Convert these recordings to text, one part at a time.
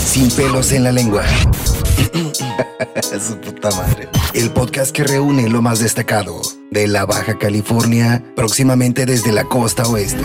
Sin pelos en la lengua. Su puta madre. El podcast que reúne lo más destacado de la Baja California, próximamente desde la costa oeste.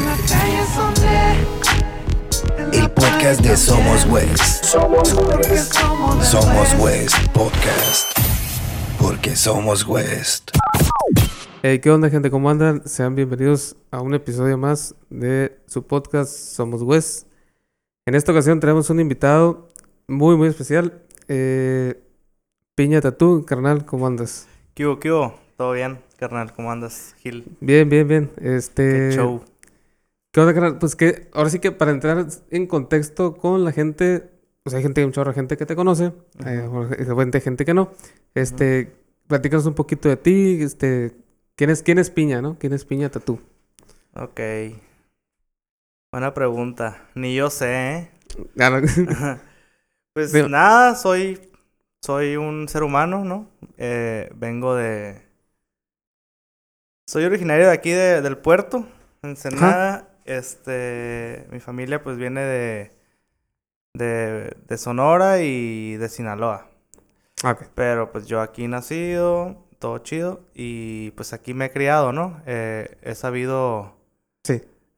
El podcast de Somos West. Somos West Podcast. Porque somos West. Hey, ¿qué onda, gente? ¿Cómo andan? Sean bienvenidos a un episodio más de su podcast Somos West. En esta ocasión tenemos un invitado muy especial. Piña Tatú, carnal, ¿cómo andas? ¿Qué hubo? ¿Todo bien, carnal? ¿Cómo andas, Gil? Bien. ¿Qué show? ¿Qué onda, carnal? Pues que ahora sí que para entrar en contexto con la gente, o sea, hay gente, un chorro de gente que te conoce, gente que no. Platícanos un poquito de ti, ¿quién es Piña, no? ¿Quién es Piña Tatú? Ok. Buena pregunta. Ni yo sé, ¿eh? Pues Digo, nada, soy un ser humano, ¿no? Soy originario de aquí del puerto, Ensenada. Mi familia pues viene de Sonora y de Sinaloa. Okay. Pero pues yo aquí nacido, todo chido. Y pues aquí me he criado, ¿no? He sabido... Sí.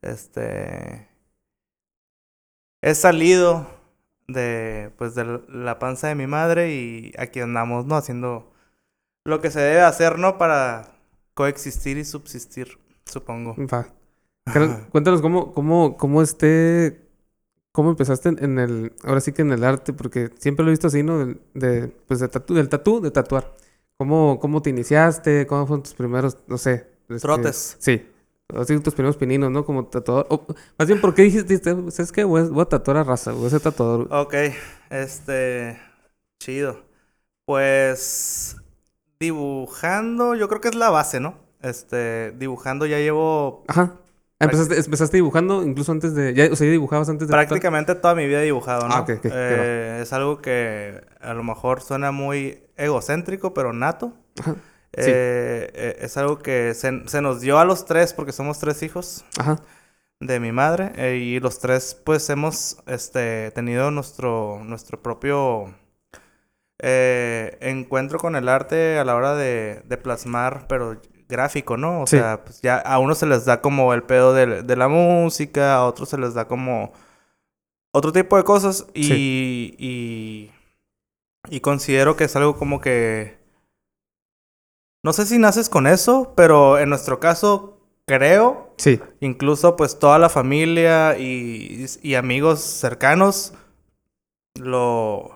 He salido de la panza de mi madre y aquí andamos, ¿no? Haciendo lo que se debe hacer, ¿no? Para coexistir y subsistir, supongo. Va. Cuéntanos cómo empezaste en el, ahora sí que en el arte, porque siempre lo he visto así, ¿no? Del tatú, de tatuar. ¿Cómo te iniciaste? ¿Cómo fueron tus primeros, no sé? Trotes. Sí. Así tus primeros pininos, ¿no? Como tatuador. Más bien, ¿por qué dijiste, ¿sabes qué? Voy a tatuar a raza, voy a ser tatuador. Ok, chido. Pues dibujando, yo creo que es la base, ¿no? Dibujando ya llevo... Ajá. Empezaste dibujando incluso antes de... Ya dibujabas antes de... Prácticamente toda mi vida he dibujado, ¿no? Ok. Es algo que a lo mejor suena muy egocéntrico, pero nato. Ajá. Sí. Es algo que se nos dio a los tres, porque somos tres hijos. Ajá. De mi madre. Y los tres, pues, hemos tenido nuestro propio encuentro con el arte a la hora de plasmar, pero gráfico, ¿no? O sea, pues ya a uno se les da como el pedo de la música, a otros se les da como otro tipo de cosas. Y considero que es algo como que... No sé si naces con eso, pero en nuestro caso, creo... Sí. Incluso, pues, toda la familia y amigos cercanos lo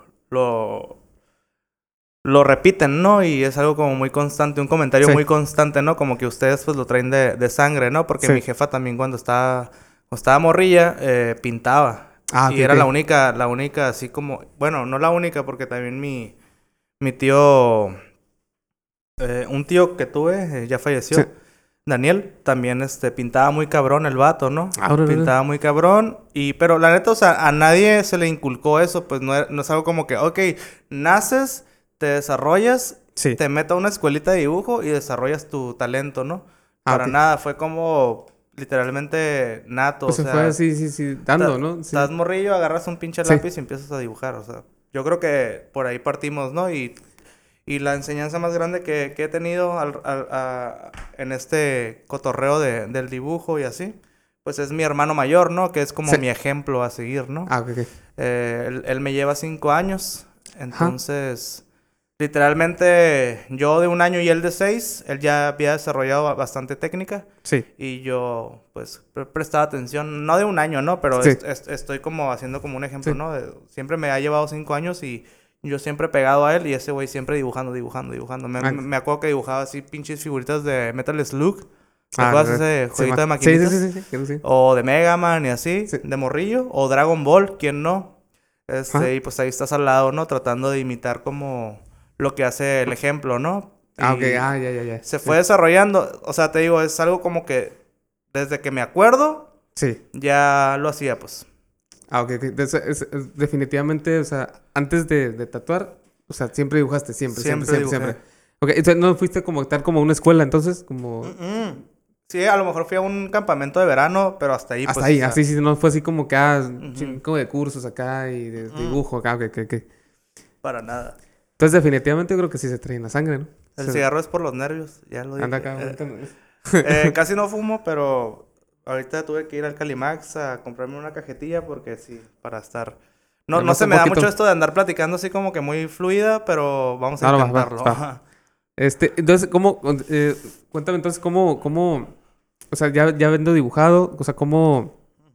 repiten, ¿no? Y es algo como muy constante, un comentario muy constante, ¿no? Como que ustedes, pues, lo traen de sangre, ¿no? Porque mi jefa también cuando estaba morrilla, pintaba. Y era la única, así como... Bueno, no la única, porque también mi tío... un tío que tuve, ya falleció. Sí. Daniel, también pintaba muy cabrón el vato, ¿no? Ahora, pintaba muy cabrón. Pero la neta, o sea, a nadie se le inculcó eso. Pues no es algo como que, ok, naces, te desarrollas, te metes a una escuelita de dibujo y desarrollas tu talento, ¿no? Para nada, fue como literalmente nato. Pues o se sea, fue así, dando, ¿no? Sí. Estás morrillo, agarras un pinche lápiz y empiezas a dibujar. O sea, yo creo que por ahí partimos, ¿no? Y la enseñanza más grande que he tenido en este cotorreo del dibujo y así, pues es mi hermano mayor, ¿no? Que es como mi ejemplo a seguir, ¿no? Ok. Él me lleva 5 años. Entonces, literalmente, yo de 1 año y él de 6, él ya había desarrollado bastante técnica. Sí. Y yo, pues, prestaba atención, no de 1 año, ¿no? Pero estoy como haciendo como un ejemplo, ¿no? Siempre me ha llevado 5 años y... Yo siempre pegado a él y ese güey siempre dibujando. Me acuerdo que dibujaba así pinches figuritas de Metal Slug. ¿Te acuerdas ese jueguito de maquinitas? Sí. O de Mega Man y así, de morrillo. O Dragon Ball, ¿quién no? Y pues ahí estás al lado, ¿no? Tratando de imitar como lo que hace el ejemplo, ¿no? Ya. Se fue desarrollando. O sea, te digo, es algo como que desde que me acuerdo, ya lo hacía, pues. Ok. Definitivamente, o sea, antes de tatuar, o sea, siempre dibujaste, siempre. Ok, entonces no fuiste como estar como a una escuela, entonces, como... Sí, a lo mejor fui a un campamento de verano, pero hasta ahí. Hasta pues, ahí, o sea, así, sí, no fue así como que, como de cursos acá y de dibujo acá, que. Para nada. Entonces, definitivamente yo creo que sí se trae en la sangre, ¿no? El cigarro es por los nervios, ya lo dije. Anda acá, casi no fumo, pero ahorita tuve que ir al Calimax a comprarme una cajetilla porque sí, para estar... No se me da mucho esto de andar platicando así como que muy fluida, pero vamos a intentarlo. Va. Entonces, cuéntame entonces cómo, o sea, ya habiendo dibujado, o sea, cómo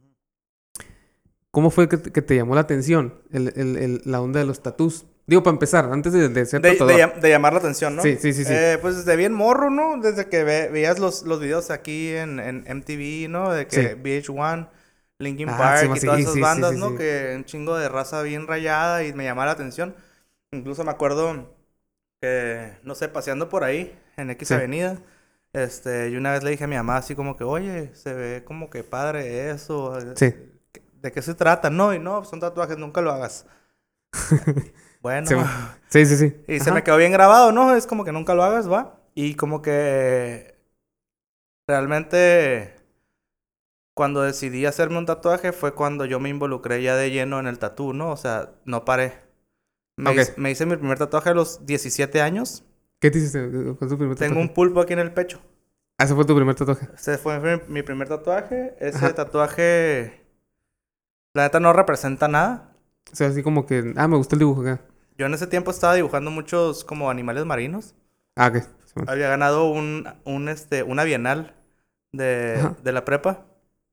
fue que te llamó la atención la onda de los tatús. Digo, para empezar, antes de ser tatuador. De llamar la atención, ¿no? Sí. Pues desde bien morro, ¿no? Desde que veías los videos aquí en MTV, ¿no? De que VH1, Linkin Park y todas esas bandas, ¿no? Que un chingo de raza bien rayada y me llamaba la atención. Incluso me acuerdo que, no sé, paseando por ahí, en X Avenida, y una vez le dije a mi mamá así como que, oye, se ve como que padre eso. Sí. ¿De qué se trata? No, y no, son tatuajes, nunca lo hagas. Bueno. Sí. Y se me quedó bien grabado, ¿no? Es como que nunca lo hagas, va. Y como que realmente cuando decidí hacerme un tatuaje fue cuando yo me involucré ya de lleno en el tatú, ¿no? O sea, no paré. Me hice mi primer tatuaje a los 17 años. ¿Qué te hiciste? ¿Cuál fue tu primer tatuaje? Tengo un pulpo aquí en el pecho. ¿Ese fue tu primer tatuaje? Ese fue mi primer tatuaje. Ese tatuaje, la neta, no representa nada. O sea, así como que... me gustó el dibujo acá. Yo en ese tiempo estaba dibujando muchos como animales marinos. Ok. Sí, había ganado una bienal de la prepa.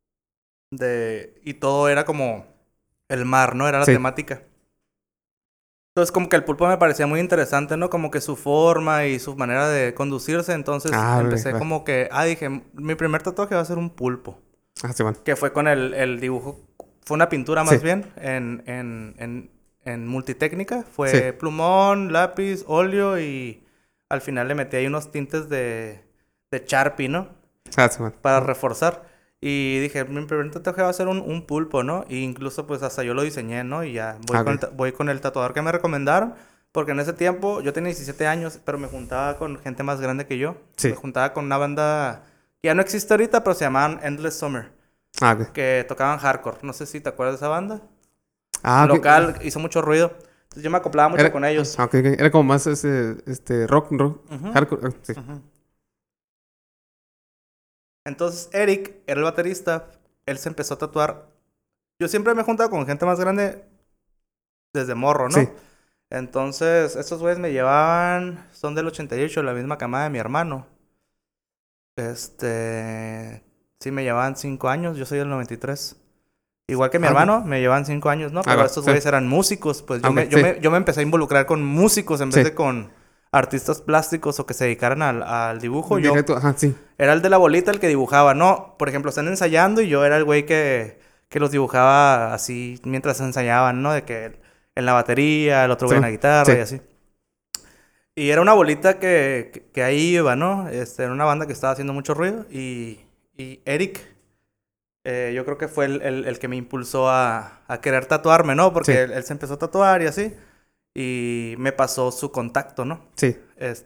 Y todo era como el mar, ¿no? Era la temática. Entonces como que el pulpo me parecía muy interesante, ¿no? Como que su forma y su manera de conducirse. Entonces empecé como que... dije, mi primer tatuaje va a ser un pulpo. Sí, bueno. Que fue con el dibujo... Fue una pintura más bien en multitécnica. Fue plumón, lápiz, óleo y al final le metí ahí unos tintes de Sharpie, ¿no? Sí, bueno. Para reforzar. Y dije, mi primer tatuaje va a ser un pulpo, ¿no? E incluso pues hasta yo lo diseñé, ¿no? Y ya voy con el tatuador que me recomendaron. Porque en ese tiempo yo tenía 17 años, pero me juntaba con gente más grande que yo. Sí. Me juntaba con una banda que ya no existe ahorita, pero se llamaban Endless Summer. Que tocaban hardcore. No sé si te acuerdas de esa banda. Local, hizo mucho ruido. Entonces yo me acoplaba mucho con ellos. Era como más rock, hardcore. Sí. Entonces Eric era el baterista. Él se empezó a tatuar. Yo siempre me he juntado con gente más grande desde morro, ¿no? Sí. Entonces, estos güeyes me llevaban... Son del 88, la misma camada de mi hermano. Sí, me llevaban 5 años. Yo soy del 93. Igual que mi hermano, me llevan 5 años, ¿no? Pero estos güeyes eran músicos. Pues yo me empecé a involucrar con músicos en vez de con artistas plásticos o que se dedicaran al dibujo. Directo, era el de la bolita el que dibujaba, ¿no? Por ejemplo, están ensayando y yo era el güey que los dibujaba así mientras ensayaban, ¿no? De que en la batería, el otro güey en la guitarra y así. Y era una bolita que ahí iba, ¿no? Era una banda que estaba haciendo mucho ruido y Eric... yo creo que fue el que me impulsó a querer tatuarme, ¿no? Porque él se empezó a tatuar y así. Y me pasó su contacto, ¿no? Sí.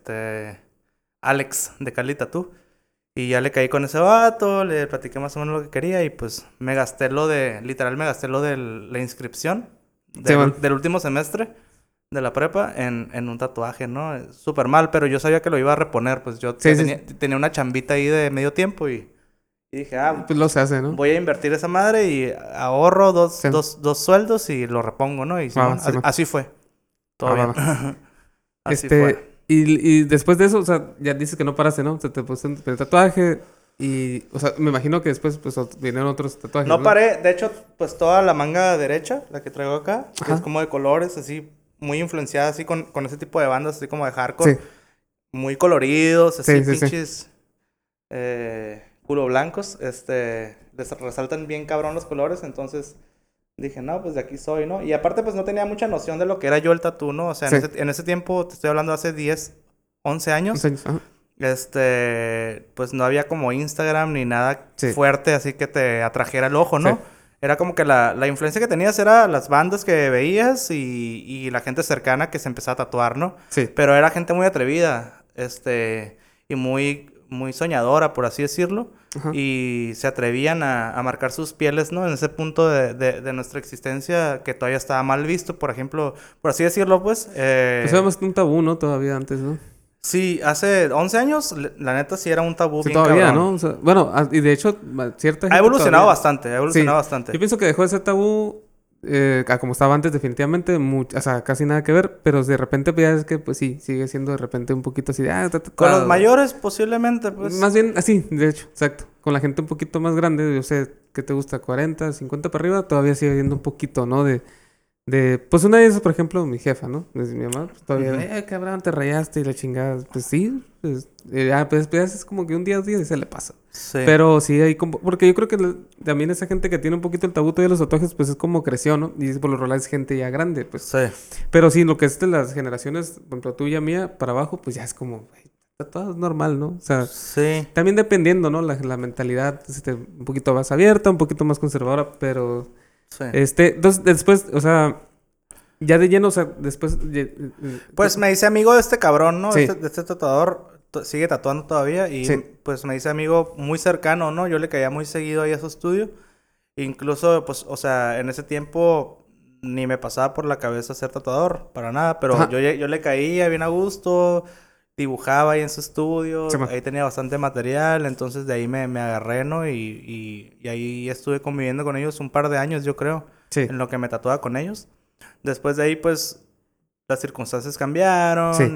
Alex, de Cali Tattoo. Y ya le caí con ese vato, le platiqué más o menos lo que quería y pues me gasté literal me gasté lo de la inscripción del último semestre de la prepa en un tatuaje, ¿no? Súper mal, pero yo sabía que lo iba a reponer. Pues yo tenía una chambita ahí de medio tiempo y dije, pues lo se hace, ¿no? Voy a invertir esa madre y ahorro dos sueldos y lo reponerlo, ¿no? Y así fue. Todo bien. Así fue. Y después de eso, o sea, ya dices que no paraste, ¿no? Te pusiste el tatuaje y... O sea, me imagino que después pues vinieron otros tatuajes, No paré. De hecho, pues toda la manga derecha, la que traigo acá, que es como de colores, así, muy influenciada así con ese tipo de bandas, así como de hardcore. Muy coloridos, así, pinches... culo blancos, les resaltan bien cabrón los colores, entonces dije, no, pues de aquí soy, ¿no? Y aparte, pues no tenía mucha noción de lo que era yo el tatú, ¿no? O sea, en ese tiempo, te estoy hablando hace 10, 11 años, pues no había como Instagram ni nada fuerte, así que te atrajera el ojo, ¿no? Era como que la influencia que tenías era las bandas que veías y la gente cercana que se empezaba a tatuar, ¿no? Pero era gente muy atrevida, y muy soñadora, por así decirlo. y se atrevían a marcar sus pieles, ¿no? En ese punto de nuestra existencia que todavía estaba mal visto, por ejemplo, por así decirlo, pues. Pues era más que un tabú, ¿no? Todavía antes, ¿no? Sí, hace 11 años, la neta sí era un tabú sí, bien todavía, cabrón. ¿no? O sea, bueno, y de hecho, cierta gente ha evolucionado todavía... bastante. Yo pienso que dejó de ser tabú a como estaba antes, definitivamente, o sea, casi nada que ver, pero de repente pues, ya es que, pues sí, sigue siendo de repente un poquito así de... Con los mayores, posiblemente, pues. Más bien, así, de hecho, exacto. Con la gente un poquito más grande, yo sé, ¿qué te gusta? 40, 50 para arriba, todavía sigue habiendo un poquito, ¿no? Pues una de esas, por ejemplo, mi jefa, ¿no? Desde mi mamá, pues, todavía, cabrón, te rayaste y la chingada. Pues sí, pues, pues es como que un día se le pasa. Sí. Pero sí hay como... Porque yo creo que también esa gente que tiene un poquito el tabú de los tatuajes, pues es como creció, ¿no? Y por lo general es gente ya grande, pues. Sí. Pero sí, lo que es de las generaciones, por ejemplo, tuya, mía, para abajo, pues ya es como... Todo es normal, ¿no? O sea, sí. También dependiendo, ¿no? La mentalidad, un poquito más abierta, un poquito más conservadora, pero... Sí. Entonces, después, o sea... Ya de lleno, o sea, después... Pues me hice amigo de este cabrón, ¿no? Sí. De este tatuador. Sigue tatuando todavía. Y pues me hice amigo muy cercano, ¿no? Yo le caía muy seguido ahí a su estudio. Incluso, pues, o sea, en ese tiempo ni me pasaba por la cabeza ser tatuador, para nada. Pero yo le caía bien a gusto. Dibujaba ahí en su estudio. Sí, ahí tenía bastante material. Entonces de ahí me agarré, ¿no? Y ahí estuve conviviendo con ellos un par de años, yo creo. Sí. En lo que me tatuaba con ellos. Después de ahí, pues, las circunstancias cambiaron. Sí.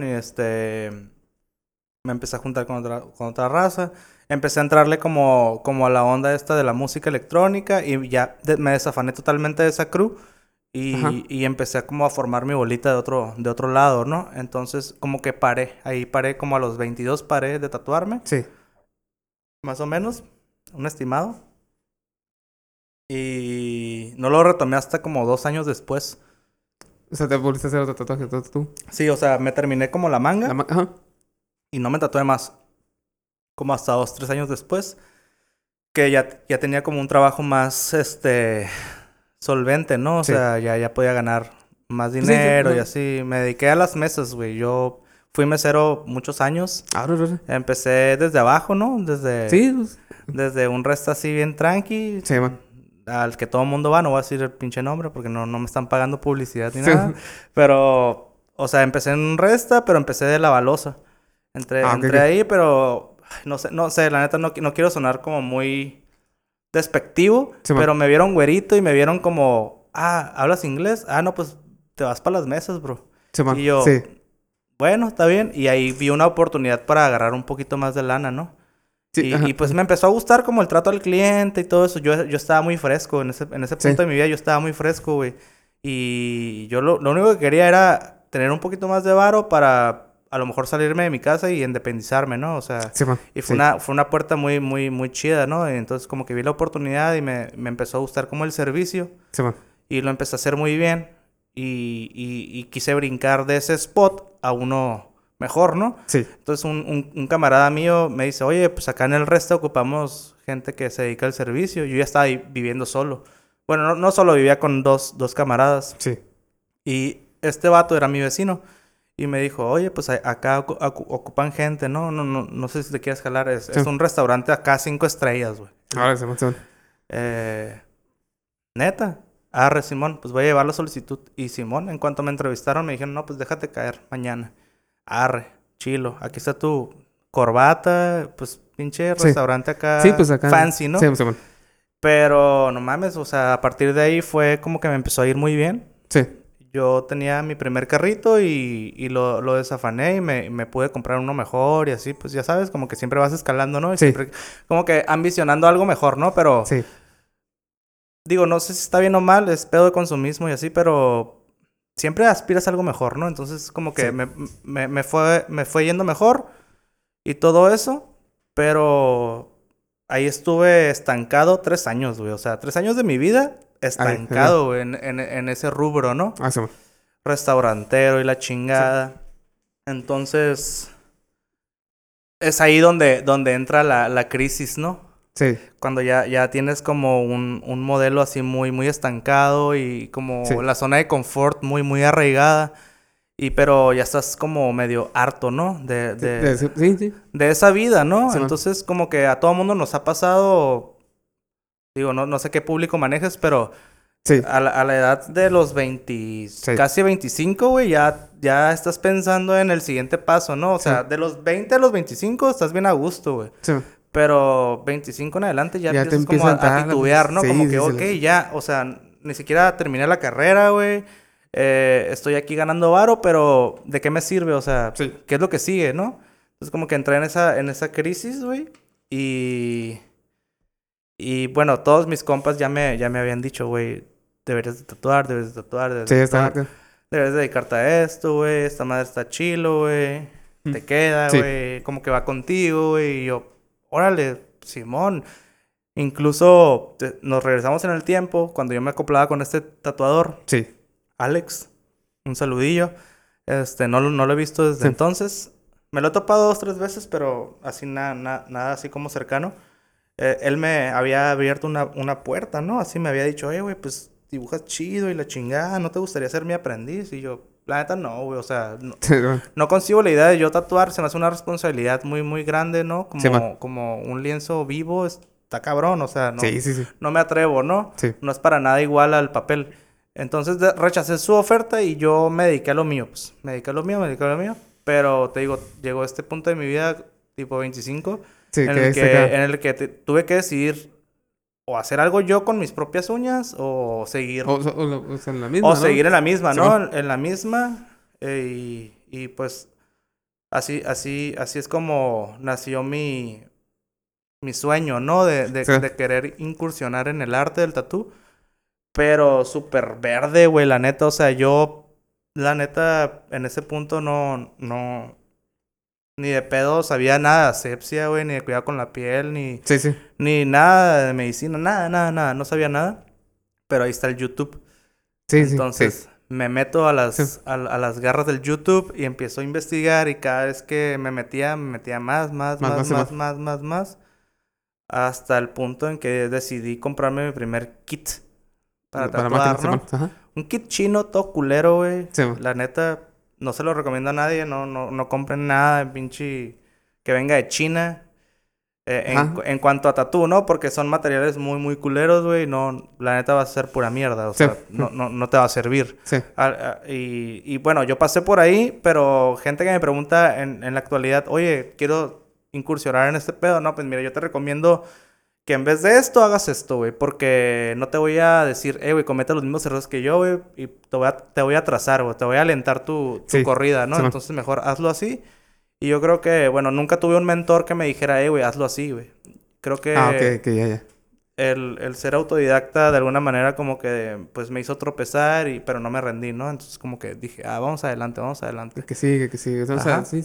Y me empecé a juntar con otra raza. Empecé a entrarle como a la onda esta de la música electrónica. Y ya me desafané totalmente de esa crew. Y empecé a formar mi bolita de otro lado, ¿no? Entonces, como que paré. Ahí paré como a los 22 paré de tatuarme. Sí. Más o menos. Un estimado. Y no lo retomé hasta como 2 años después. O sea, ¿te volviste a hacer otro tatuaje tú? Sí, o sea, me terminé como la manga. Y no me tatué más. Como hasta 2, 3 años después. Que ya tenía como un trabajo más, solvente, ¿no? O sea, ya podía ganar más dinero y así. Me dediqué a las mesas, güey. Yo fui mesero muchos años. Empecé desde abajo, ¿no? Desde un resto así bien tranqui. Sí, man. Al que todo el mundo va, no voy a decir el pinche nombre porque no me están pagando publicidad ni nada. Pero, o sea, empecé en un resta, pero empecé de la balosa. Entré ahí, pero no sé, la neta no quiero sonar como muy despectivo, pero me vieron güerito y me vieron como, ¿hablas inglés? No, pues te vas para las mesas, bro. Y yo, bueno, está bien. Y ahí vi una oportunidad para agarrar un poquito más de lana, ¿no? Sí, y pues me empezó a gustar como el trato al cliente y todo eso. Yo estaba muy fresco. En ese punto de mi vida yo estaba muy fresco, güey. Y yo lo único que quería era tener un poquito más de varo para a lo mejor salirme de mi casa y independizarme, ¿no? O sea, y fue una puerta muy, muy, muy chida, ¿no? Y entonces como que vi la oportunidad y me empezó a gustar como el servicio. Y lo empecé a hacer muy bien. Y quise brincar de ese spot a uno mejor, ¿no? Sí. Entonces un camarada mío me dice, oye, pues acá en el resto ocupamos gente que se dedica al servicio. Yo ya estaba ahí viviendo solo. Bueno, no solo, vivía con dos camaradas. Sí. Y este vato era mi vecino. Y me dijo, oye, pues acá ocupan gente, ¿no? No sé si te quieres jalar. Es un restaurante acá 5 estrellas, güey. Ahora se neta. Simón, pues voy a llevar la solicitud. Y Simón, en cuanto me entrevistaron, me dijeron, no, pues déjate caer mañana. Chilo. Aquí está tu corbata. Pues pinche restaurante acá. Sí, pues acá. Fancy, ¿no? Sí, Simón. Pero no mames, o sea, a partir de ahí fue como que me empezó a ir muy bien. Sí. Yo tenía mi primer carrito y lo desafané y me pude comprar uno mejor y así, pues ya sabes, como que siempre vas escalando, ¿no? Y siempre como que ambicionando algo mejor, ¿no? Pero digo, no sé si está bien o mal, es pedo de consumismo y así, pero siempre aspiras a algo mejor, ¿no? Entonces como que me fue yendo mejor y todo eso, pero ahí estuve estancado 3 años, güey. O sea, 3 años de mi vida estancado, güey, en ese rubro, ¿no? Sí. Restaurantero y la chingada. Sí. Entonces, es ahí donde entra la crisis, ¿no? Sí. Cuando ya tienes como un modelo así muy, muy estancado y como la zona de confort muy, muy arraigada. Pero ya estás como medio harto, ¿no? Sí. De esa vida, ¿no? Sí, entonces, como que a todo mundo nos ha pasado... Digo, no sé qué público manejes, pero... Sí. A la edad de los 20... Sí. Casi 25, güey, ya estás pensando en el siguiente paso, ¿no? O sea, de los 20 a los 25 estás bien a gusto, güey. Sí. Pero 25 en adelante ya empiezas como a titubear, ¿no? Sí, como que, ok, ya, o sea, ni siquiera terminé la carrera, güey. Estoy aquí ganando varo, pero ¿de qué me sirve? O sea, ¿qué es lo que sigue, no? Entonces como que entré en esa crisis, güey. Y bueno, todos mis compas ya me habían dicho, güey, deberías de tatuar. Deberías dedicarte a esto, güey. Esta madre está chilo, güey. Te queda, güey. Como que va contigo, güey. Y yo, órale, Simón. Incluso nos regresamos en el tiempo cuando yo me acoplaba con este tatuador. Sí. Alex. Un saludillo. No lo he visto desde entonces. Me lo he topado 2-3 veces, pero así nada así como cercano. Él me había abierto una puerta, ¿no? Así me había dicho, oye, güey, pues dibujas chido y la chingada, ¿no te gustaría ser mi aprendiz? Y yo, la neta no, güey, o sea, no concibo la idea de yo tatuar, se me hace una responsabilidad muy, muy grande, ¿no? Como un lienzo vivo, está cabrón, o sea, no me atrevo, ¿no? Sí. No es para nada igual al papel. Entonces rechacé su oferta y yo me dediqué a lo mío, pues. Me dediqué a lo mío. Pero te digo, llegó este punto de mi vida, tipo 25... Sí, en el que tuve que decidir o hacer algo yo con mis propias uñas o seguir... O sea, en la misma, o ¿no? seguir en la misma, sí, ¿no? En la misma. Y pues así es como nació mi sueño, ¿no? De querer incursionar en el arte del tatú. Pero súper verde, güey, la neta. O sea, yo, la neta, en ese punto no... Ni de pedo sabía nada de asepsia, güey, ni de cuidado con la piel, ni nada de medicina, nada, no sabía nada. Pero ahí está el YouTube. Entonces, me meto a las garras del YouTube y empiezo a investigar y cada vez que me metía más. Hasta el punto en que decidí comprarme mi primer kit para tatuar, ¿no? Un kit chino, todo culero, güey. La neta... No se lo recomiendo a nadie. No compren nada de pinche... que venga de China. En cuanto a tatú, ¿no? Porque son materiales muy, muy culeros, güey. No, la neta va a ser pura mierda. O sea, no te va a servir. Sí. Y bueno, yo pasé por ahí, pero gente que me pregunta en la actualidad, oye, quiero incursionar en este pedo. No, pues mira, yo te recomiendo que en vez de esto hagas esto, güey. Porque no te voy a decir, güey, comete los mismos errores que yo, güey. Y te voy a trazar, güey. Te voy a alentar tu corrida, ¿no? Entonces mejor hazlo así. Y yo creo que, bueno, nunca tuve un mentor que me dijera, güey, hazlo así, güey. Creo que... ok, ya. El ser autodidacta de alguna manera como que, pues, me hizo tropezar, pero no me rendí, ¿no? Entonces como que dije, vamos adelante. Que sigue. O sea, sí.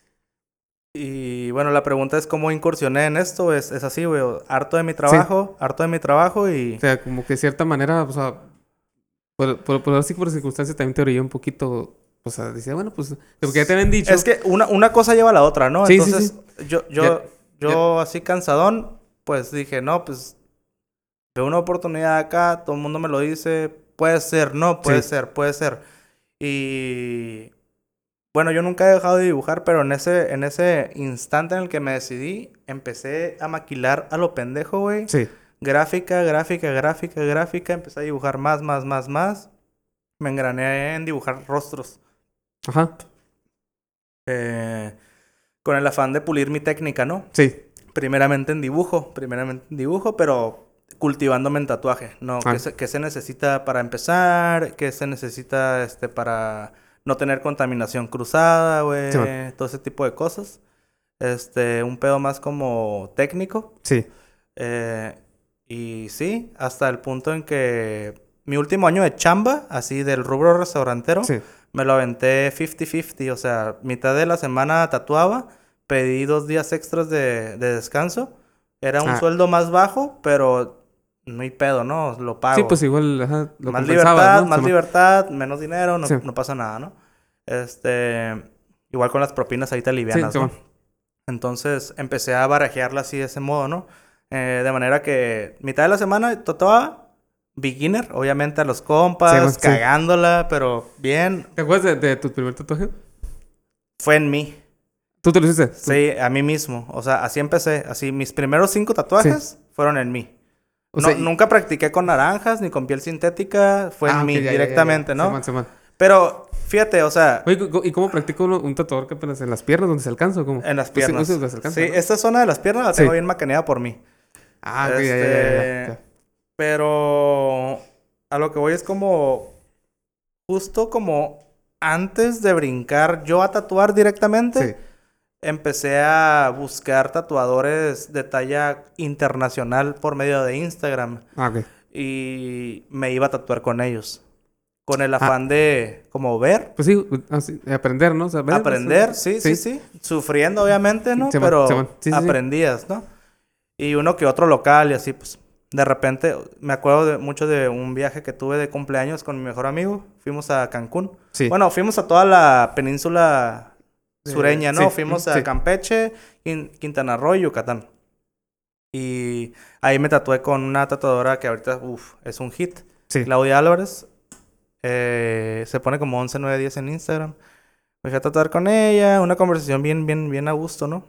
Y bueno, la pregunta es cómo incursioné en esto. Es así, güey. Harto de mi trabajo y... O sea, como que de cierta manera, o sea... Por circunstancias también te orillé un poquito... O sea, decía, bueno, pues... Porque ya te habían dicho... Es que una cosa lleva a la otra, ¿no? Sí, entonces, yo así cansadón, pues dije, no, pues... Veo una oportunidad acá, todo el mundo me lo dice. Puede ser, no, puede ser. Y... Bueno, yo nunca he dejado de dibujar, pero en ese instante en el que me decidí, empecé a maquilar a lo pendejo, güey. Sí. Gráfica. Empecé a dibujar más. Me engrané en dibujar rostros. Ajá. Con el afán de pulir mi técnica, ¿no? Sí. Primeramente en dibujo, pero cultivándome en tatuaje, ¿no? ¿Qué se necesita para empezar? ¿Qué se necesita para no tener contaminación cruzada, güey? Sí, todo ese tipo de cosas. Un pedo más como técnico. Sí. Y sí, hasta el punto en que mi último año de chamba, así del rubro restaurantero, me lo aventé 50-50. O sea, mitad de la semana tatuaba, pedí 2 días extras de descanso. Era un sueldo más bajo, pero no hay pedo, ¿no? Lo pago. Sí, pues igual, ajá, lo más libertad, ¿no? Más libertad, menos dinero, no pasa nada, ¿no? Igual con las propinas ahí te alivianas, ¿no? Entonces empecé a barajearla así de ese modo, ¿no? De manera que mitad de la semana tatuaba, beginner, obviamente a los compas, cagándola, pero bien. ¿Te acuerdas de tu primer tatuaje? Fue en mí. ¿Tú te lo hiciste? Sí, a mí mismo. O sea, así empecé. Así, mis primeros 5 tatuajes fueron en mí. Nunca practiqué con naranjas ni con piel sintética. Fue en mí directamente, ¿no? Pero, fíjate, o sea... Oye, ¿y cómo practica un tatuador que apenas en las piernas donde se alcanza o cómo? En las piernas. Sí, ¿no? Esta zona de las piernas la tengo bien macaneada por mí. Ya. Pero... A lo que voy es como... Justo como... Antes de brincar yo a tatuar directamente... Empecé a buscar tatuadores de talla internacional por medio de Instagram. Y me iba a tatuar con ellos. Con el afán de como ver. Pues sí, aprender, ¿no? Saber, aprender, sí. Sufriendo, obviamente, ¿no? Pero aprendías, ¿no? Y uno que otro local y así, pues. De repente, me acuerdo mucho de un viaje que tuve de cumpleaños con mi mejor amigo. Fuimos a Cancún. Bueno, fuimos a toda la península sureña, ¿no? Fuimos a Campeche, Quintana Roo y Yucatán. Y ahí me tatué con una tatuadora que ahorita, es un hit. Claudia Álvarez. Se pone como 11, 9, 10 en Instagram. Me fui a tatuar con ella. Una conversación bien a gusto, ¿no?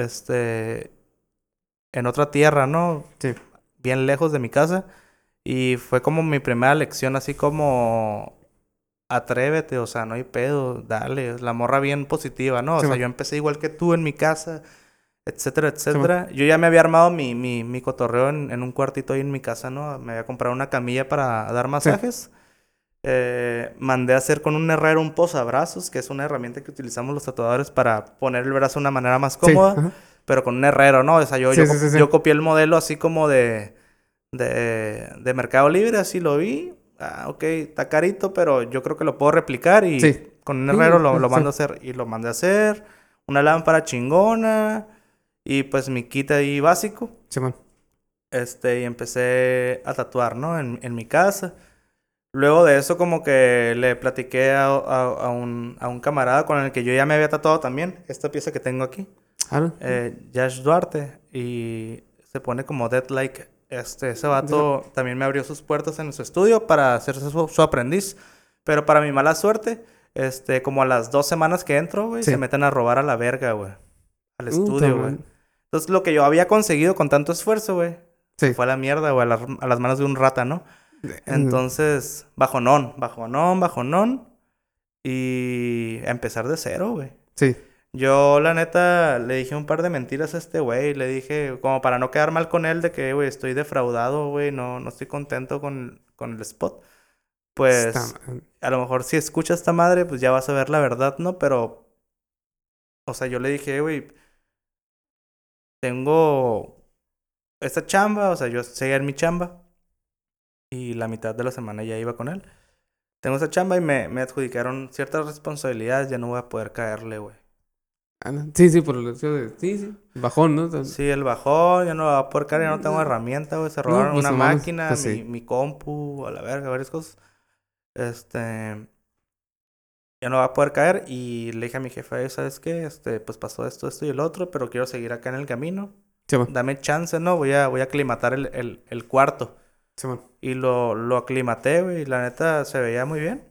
En otra tierra, ¿no? Bien lejos de mi casa. Y fue como mi primera lección, así como... Atrévete, o sea, no hay pedo, dale. La morra bien positiva, ¿no? O sea, yo empecé igual que tú en mi casa, etcétera, etcétera. Yo ya me había armado mi cotorreo en un cuartito ahí en mi casa, ¿no? Me había comprado una camilla para dar masajes. Mandé a hacer con un herrero un posabrazos, que es una herramienta que utilizamos los tatuadores para poner el brazo de una manera más cómoda. Pero con un herrero, ¿no? O sea, yo copié el modelo así como de Mercado Libre, así lo vi. Ok, está carito, pero yo creo que lo puedo replicar y con un herrero lo mando a hacer. Y lo mandé a hacer. Una lámpara chingona. Y pues mi kit ahí básico. Y empecé a tatuar, ¿no? En mi casa. Luego de eso como que le platiqué a un camarada con el que yo ya me había tatuado también. Esta pieza que tengo aquí. Yash Duarte. Y se pone como Dead Like... Ese vato también me abrió sus puertas en su estudio para hacerse su aprendiz. Pero para mi mala suerte, como a las 2 semanas que entro, güey, se meten a robar a la verga, güey. Al estudio, güey. Entonces, lo que yo había conseguido con tanto esfuerzo, güey, fue a la mierda, güey, a las manos de un rata, ¿no? Entonces, bajonón. Y a empezar de cero, güey. Yo, la neta, le dije un par de mentiras a este güey. Le dije, como para no quedar mal con él, de que, güey, estoy defraudado, güey. No estoy contento con el spot. Pues, a lo mejor si escuchas esta madre, pues ya vas a ver la verdad, ¿no? Pero, o sea, yo le dije, güey, tengo esta chamba. O sea, yo seguía en mi chamba. Y la mitad de la semana ya iba con él. Tengo esta chamba y me adjudicaron ciertas responsabilidades. Ya no voy a poder caerle, güey. Sí, por el hecho de... Sí. Bajón, ¿no? Sí, el bajón, ya no va a poder caer, ya no tengo herramienta, güey. Se robaron una máquina, pues mi compu, a la verga, varias cosas. Ya no va a poder caer. Y le dije a mi jefe, ¿sabes qué? Pues pasó esto y el otro, pero quiero seguir acá en el camino. Dame chance, ¿no? Voy a aclimatar el cuarto. Y lo aclimaté, güey, y la neta se veía muy bien.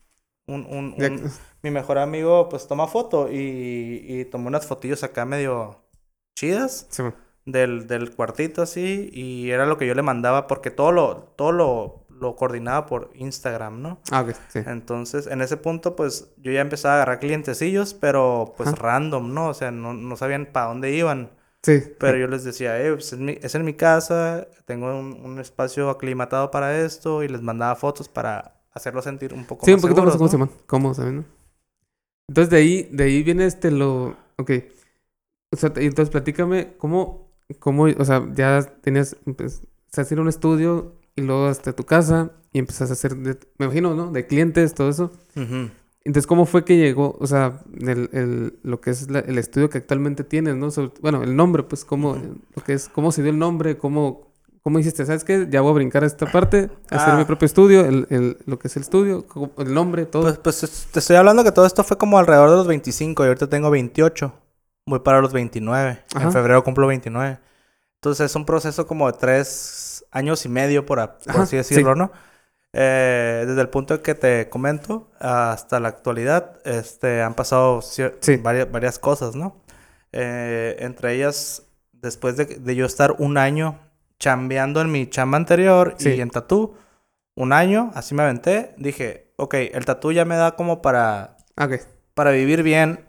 Mi mejor amigo, pues, toma foto y tomó unas fotillos acá medio chidas del cuartito así. Y era lo que yo le mandaba porque todo lo coordinaba por Instagram, ¿no? Entonces, en ese punto, pues, yo ya empezaba a agarrar clientecillos, pero, pues, random, ¿no? O sea, no sabían para dónde iban. Pero yo les decía, pues es en mi casa, tengo un espacio aclimatado para esto. Y les mandaba fotos para hacerlo sentir un poco más seguros, más cómodos, ¿sabes, no? Entonces, de ahí viene Ok. O sea, entonces, platícame, ¿cómo... O sea, ya tenías... Empezaste a hacer un estudio y luego hasta tu casa y empezaste a hacer... me imagino, ¿no? De clientes, todo eso. Entonces, ¿cómo fue que llegó? O sea, lo que es el estudio que actualmente tienes, ¿no? Bueno, el nombre, pues, ¿cómo se dio el nombre? ¿Cómo hiciste? ¿Sabes qué? Ya voy a brincar a esta parte, hacer mi propio estudio, lo que es el estudio, el nombre, todo. Pues te estoy hablando que todo esto fue como alrededor de los 25 y ahorita tengo 28. Voy para los 29. En febrero cumplo 29. Entonces es un proceso como de 3 años y medio, por así decirlo, ¿no? Desde el punto en que te comento hasta la actualidad, han pasado varias cosas, ¿no? Entre ellas, después de yo estar un año chambeando en mi chamba anterior y en tatú, un año, así me aventé, dije, ok, el tatú ya me da como para vivir bien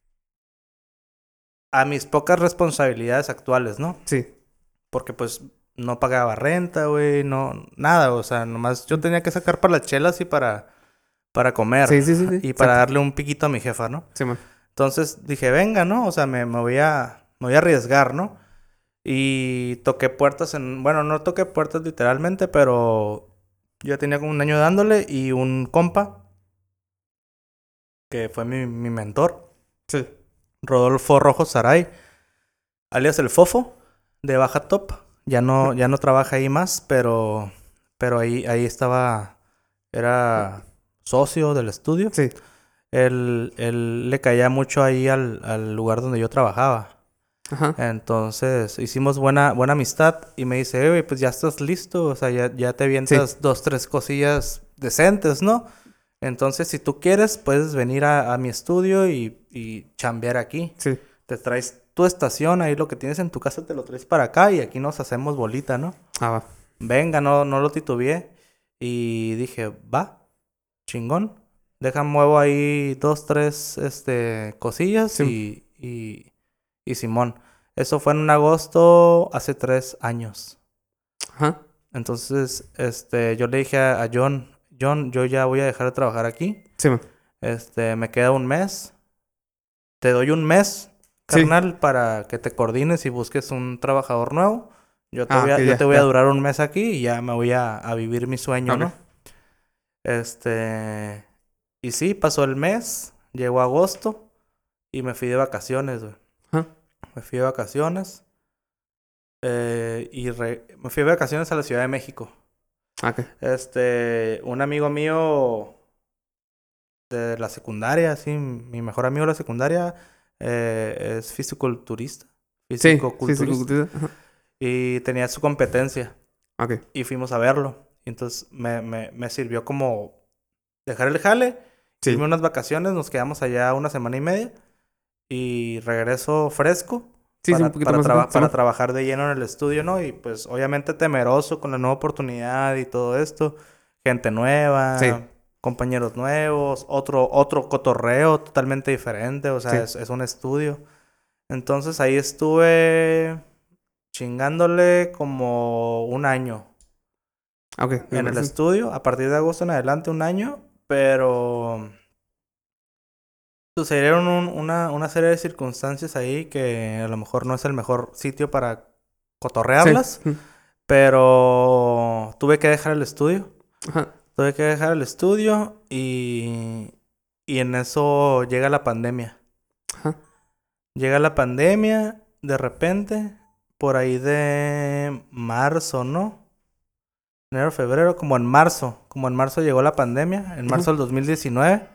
a mis pocas responsabilidades actuales, ¿no? Sí. Porque pues no pagaba renta, güey, no, nada, o sea, nomás yo tenía que sacar para las chelas y para comer. Sí. Y para darle un piquito a mi jefa, ¿no? Sí, man. Entonces dije, venga, ¿no? O sea, me voy a arriesgar, ¿no? Y toqué puertas bueno, no toqué puertas literalmente, pero yo tenía como un año dándole y un compa, que fue mi mentor. Sí. Rodolfo Rojo Saray, alias el Fofo, de Baja Top. Ya no trabaja ahí más, pero ahí estaba, era socio del estudio. Sí. Él le caía mucho ahí al lugar donde yo trabajaba. Ajá. Entonces hicimos buena amistad y me dice, güey, pues ya estás listo, o sea, ya te avientas 2-3 cosillas decentes, ¿no? Entonces, si tú quieres, puedes venir a mi estudio y chambear aquí. Sí. Te traes tu estación, ahí lo que tienes en tu casa te lo traes para acá y aquí nos hacemos bolita, ¿no? Va. Venga, no lo titubeé. Y dije, va, chingón. Muevo ahí 2-3 cosillas y Simón. Eso fue en un agosto hace 3 años. Ajá. Entonces, yo le dije a John, yo ya voy a dejar de trabajar aquí. Sí, man. Me queda un mes. Te doy un mes, carnal, para que te coordines y busques un trabajador nuevo. Yo te voy a durar un mes aquí y ya me voy a vivir mi sueño, ¿no? Y sí, pasó el mes, llegó agosto y me fui de vacaciones, güey. Me fui de vacaciones me fui de vacaciones a la Ciudad de México. Un amigo mío de la secundaria, sí, mi mejor amigo de la secundaria es fisiculturista. Fisicoculturista. Y tenía su competencia. Y fuimos a verlo. Y entonces me sirvió como dejar el jale, irme unas vacaciones, nos quedamos allá 1 semana y media y regreso fresco para trabajar de lleno en el estudio, ¿no? Y pues obviamente temeroso con la nueva oportunidad y todo esto, gente nueva, compañeros nuevos, otro cotorreo totalmente diferente, o sea, es un estudio. Entonces ahí estuve chingándole como un año. En el estudio, a partir de agosto en adelante, 1 año, pero sucedieron una serie de circunstancias ahí que a lo mejor no es el mejor sitio para cotorrearlas, pero tuve que dejar el estudio. Tuve que dejar el estudio y en eso llega la pandemia. Llega la pandemia de repente, por ahí de marzo, ¿no? Enero, febrero, como en marzo llegó la pandemia, en marzo del 2019.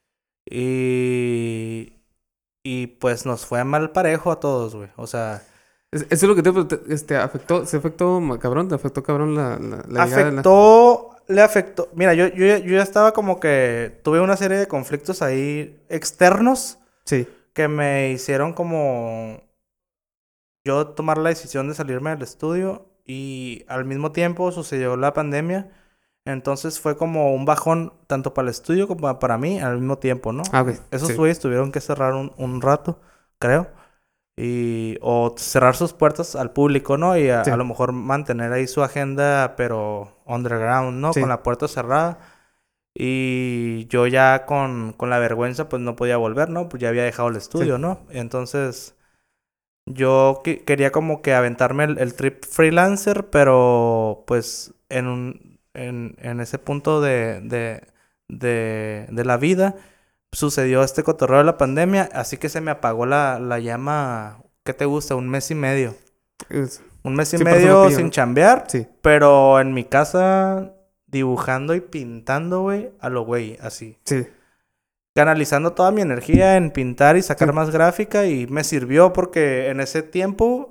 Y pues nos fue mal parejo a todos, güey. O sea... Eso es lo que te afectó. ¿Se afectó cabrón? ¿Te afectó cabrón la le afectó. Mira, yo ya estaba como que... Tuve una serie de conflictos ahí externos. Sí. Que me hicieron como... Yo tomar la decisión de salirme del estudio. Y al mismo tiempo sucedió la pandemia. Entonces fue como un bajón tanto para el estudio como para mí al mismo tiempo, ¿no? Esos güeyes tuvieron que cerrar un rato, creo. O cerrar sus puertas al público, ¿no? Y a lo mejor mantener ahí su agenda, pero underground, ¿no? Con la puerta cerrada. Y yo ya con la vergüenza, pues no podía volver, ¿no? Pues ya había dejado el estudio, ¿no? Entonces... Yo quería como que aventarme el trip freelancer, pero pues en ese punto de la vida sucedió este cotorreo de la pandemia, así que se me apagó la llama, ¿qué te gusta? 1 mes y medio. 1 mes y medio sin chambear, pero en mi casa dibujando y pintando, güey, a lo güey, así. Canalizando toda mi energía en pintar y sacar más gráfica y me sirvió porque en ese tiempo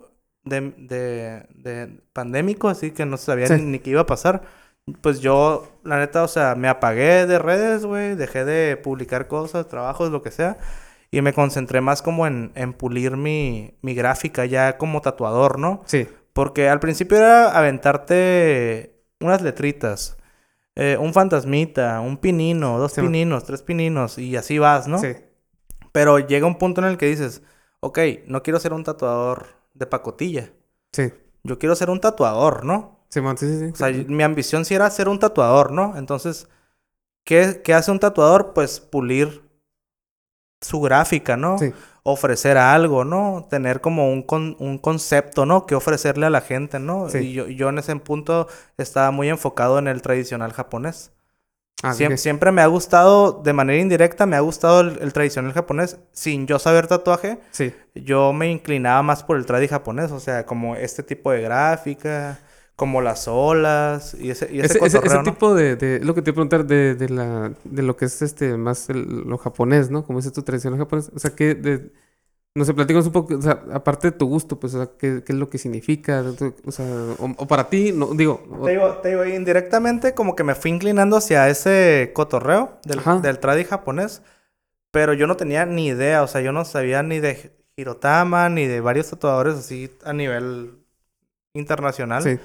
de pandémico, así que no sabía ni qué iba a pasar. Pues yo, la neta, o sea, me apagué de redes, güey. Dejé de publicar cosas, trabajos, lo que sea. Y me concentré más como en pulir mi gráfica ya como tatuador, ¿no? Sí. Porque al principio era aventarte unas letritas. Un fantasmita, un pinino, 2 pininos, 3 pininos. Y así vas, ¿no? Sí. Pero llega un punto en el que dices... Ok, no quiero ser un tatuador de pacotilla. Sí. Yo quiero ser un tatuador, ¿no? Sí, sí. O sea, mi ambición sí era ser un tatuador, ¿no? Entonces, ¿qué hace un tatuador? Pues pulir su gráfica, ¿no? Sí. Ofrecer algo, ¿no? Tener como un concepto, ¿no? Que ofrecerle a la gente, ¿no? Sí. Y yo en ese punto estaba muy enfocado en el tradicional japonés. Ah, Siempre me ha gustado, de manera indirecta, me ha gustado el tradicional japonés. Sin yo saber tatuaje, sí. Yo me inclinaba más por el tradi japonés. O sea, como este tipo de gráfica, como las olas y ese cotorreo, ese ¿no? tipo de... Lo que te iba a preguntar de lo que es más lo japonés, ¿no? Como es tu tradicional japonés. O sea, que... No sé, platícanos un poco, o sea, aparte de tu gusto, pues, o sea, ¿qué es lo que significa? O sea, o para ti, no, digo... Te digo, indirectamente como que me fui inclinando hacia ese cotorreo del tradi japonés, pero yo no tenía ni idea, o sea, yo no sabía ni de Hirotama, ni de varios tatuadores así a nivel internacional. Sí.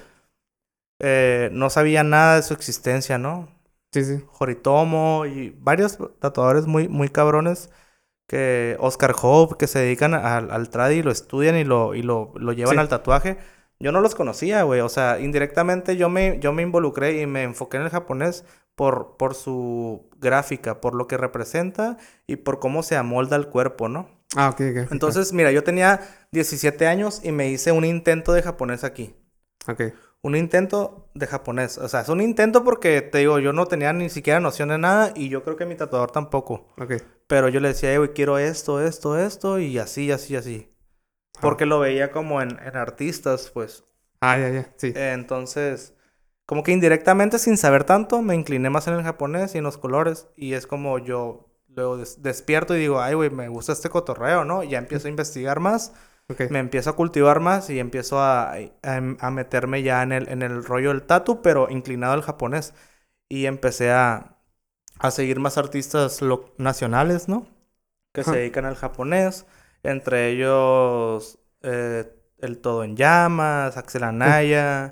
No sabía nada de su existencia, ¿no? Sí. Horitomo y varios tatuadores muy, muy cabrones. Que Oscar Hope, que se dedican al tradi y lo estudian y lo llevan al tatuaje. Yo no los conocía, güey. O sea, indirectamente yo me involucré y me enfoqué en el japonés por su gráfica, por lo que representa y por cómo se amolda el cuerpo, ¿no? Ah, ok. Entonces, mira, yo tenía 17 años y me hice un intento de japonés aquí. Ok. Un intento de japonés. O sea, es un intento porque, te digo, yo no tenía ni siquiera noción de nada y yo creo que mi tatuador tampoco. Ok. Pero yo le decía, güey, quiero esto, y así. Porque lo veía como en artistas, pues. Ya, sí. Entonces, como que indirectamente, sin saber tanto, me incliné más en el japonés y en los colores. Y es como yo luego despierto y digo, ay, güey, me gusta este cotorreo, ¿no? Y ya empiezo a investigar más. Okay. Me empiezo a cultivar más y empiezo a meterme ya en el rollo del tatu, pero inclinado al japonés. Y empecé a seguir más artistas nacionales, ¿no? Que se dedican al japonés. Entre ellos, El Todo en Llamas, Axel Anaya,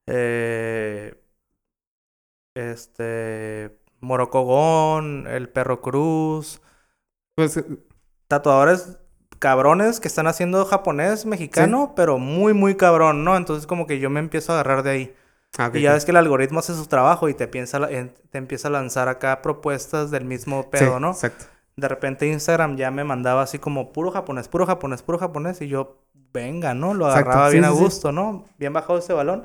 Morocco Gon, El Perro Cruz. Pues... Tatuadores cabrones que están haciendo japonés mexicano, pero muy, muy cabrón, ¿no? Entonces como que yo me empiezo a agarrar de ahí. Y ya ves que el algoritmo hace su trabajo y te empieza a lanzar acá propuestas del mismo pedo, ¿no? Exacto. De repente Instagram ya me mandaba así como puro japonés. Y yo, venga, ¿no? Lo agarraba bien a gusto, ¿no? Bien bajado ese balón.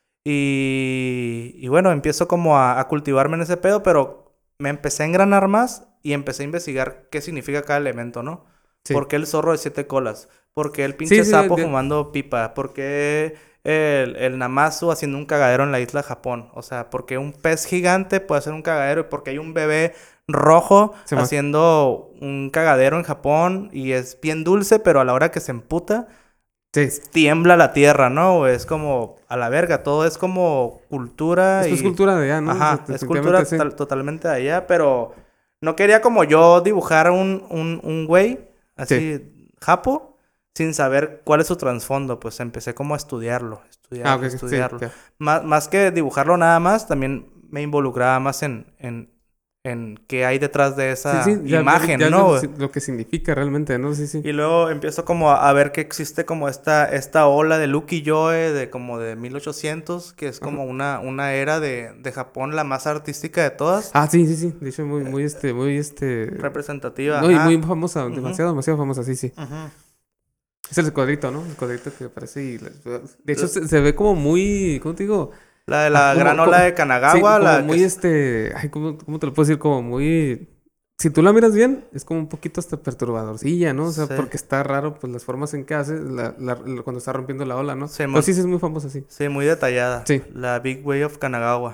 Y bueno, empiezo como a cultivarme en ese pedo, pero me empecé a engranar más y empecé a investigar qué significa cada elemento, ¿no? Sí. ¿Por qué el zorro de 7 colas? ¿Por qué el pinche sapo fumando pipa? ¿Por qué el Namazu haciendo un cagadero en la isla Japón? O sea, ¿por qué un pez gigante puede hacer un cagadero? ¿Y por qué hay un bebé rojo haciendo un cagadero en Japón? Y es bien dulce, pero a la hora que se emputa, tiembla la tierra, ¿no? Es como, a la verga, todo es como cultura. Es cultura de allá, ¿no? Ajá, es cultura totalmente de allá, pero no quería como yo dibujar un güey así, japo, sin saber cuál es su trasfondo. Pues empecé como a estudiarlo. Más que dibujarlo nada más, también me involucraba más en qué hay detrás de esa imagen, ¿no? Lo que significa realmente, ¿no? Sí. Y luego empiezo como a ver que existe como esta ola de Ukiyo-e de como de 1800, que es como una era de Japón, la más artística de todas. Ah, sí. De hecho, muy representativa. No, y muy famosa, demasiado famosa, sí. Es el cuadrito, ¿no? El cuadrito que aparece y... De hecho, se ve como muy... ¿Cómo te digo? La de la gran ola de Kanagawa. Sí, como muy Ay, ¿cómo te lo puedo decir? Como muy... Si tú la miras bien, es como un poquito hasta perturbadorcilla, ¿no? O sea, porque está raro, pues, las formas en que hace cuando está rompiendo la ola, ¿no? Sí, pero sí es muy famosa, sí. Sí, muy detallada. Sí. La Big Wave of Kanagawa.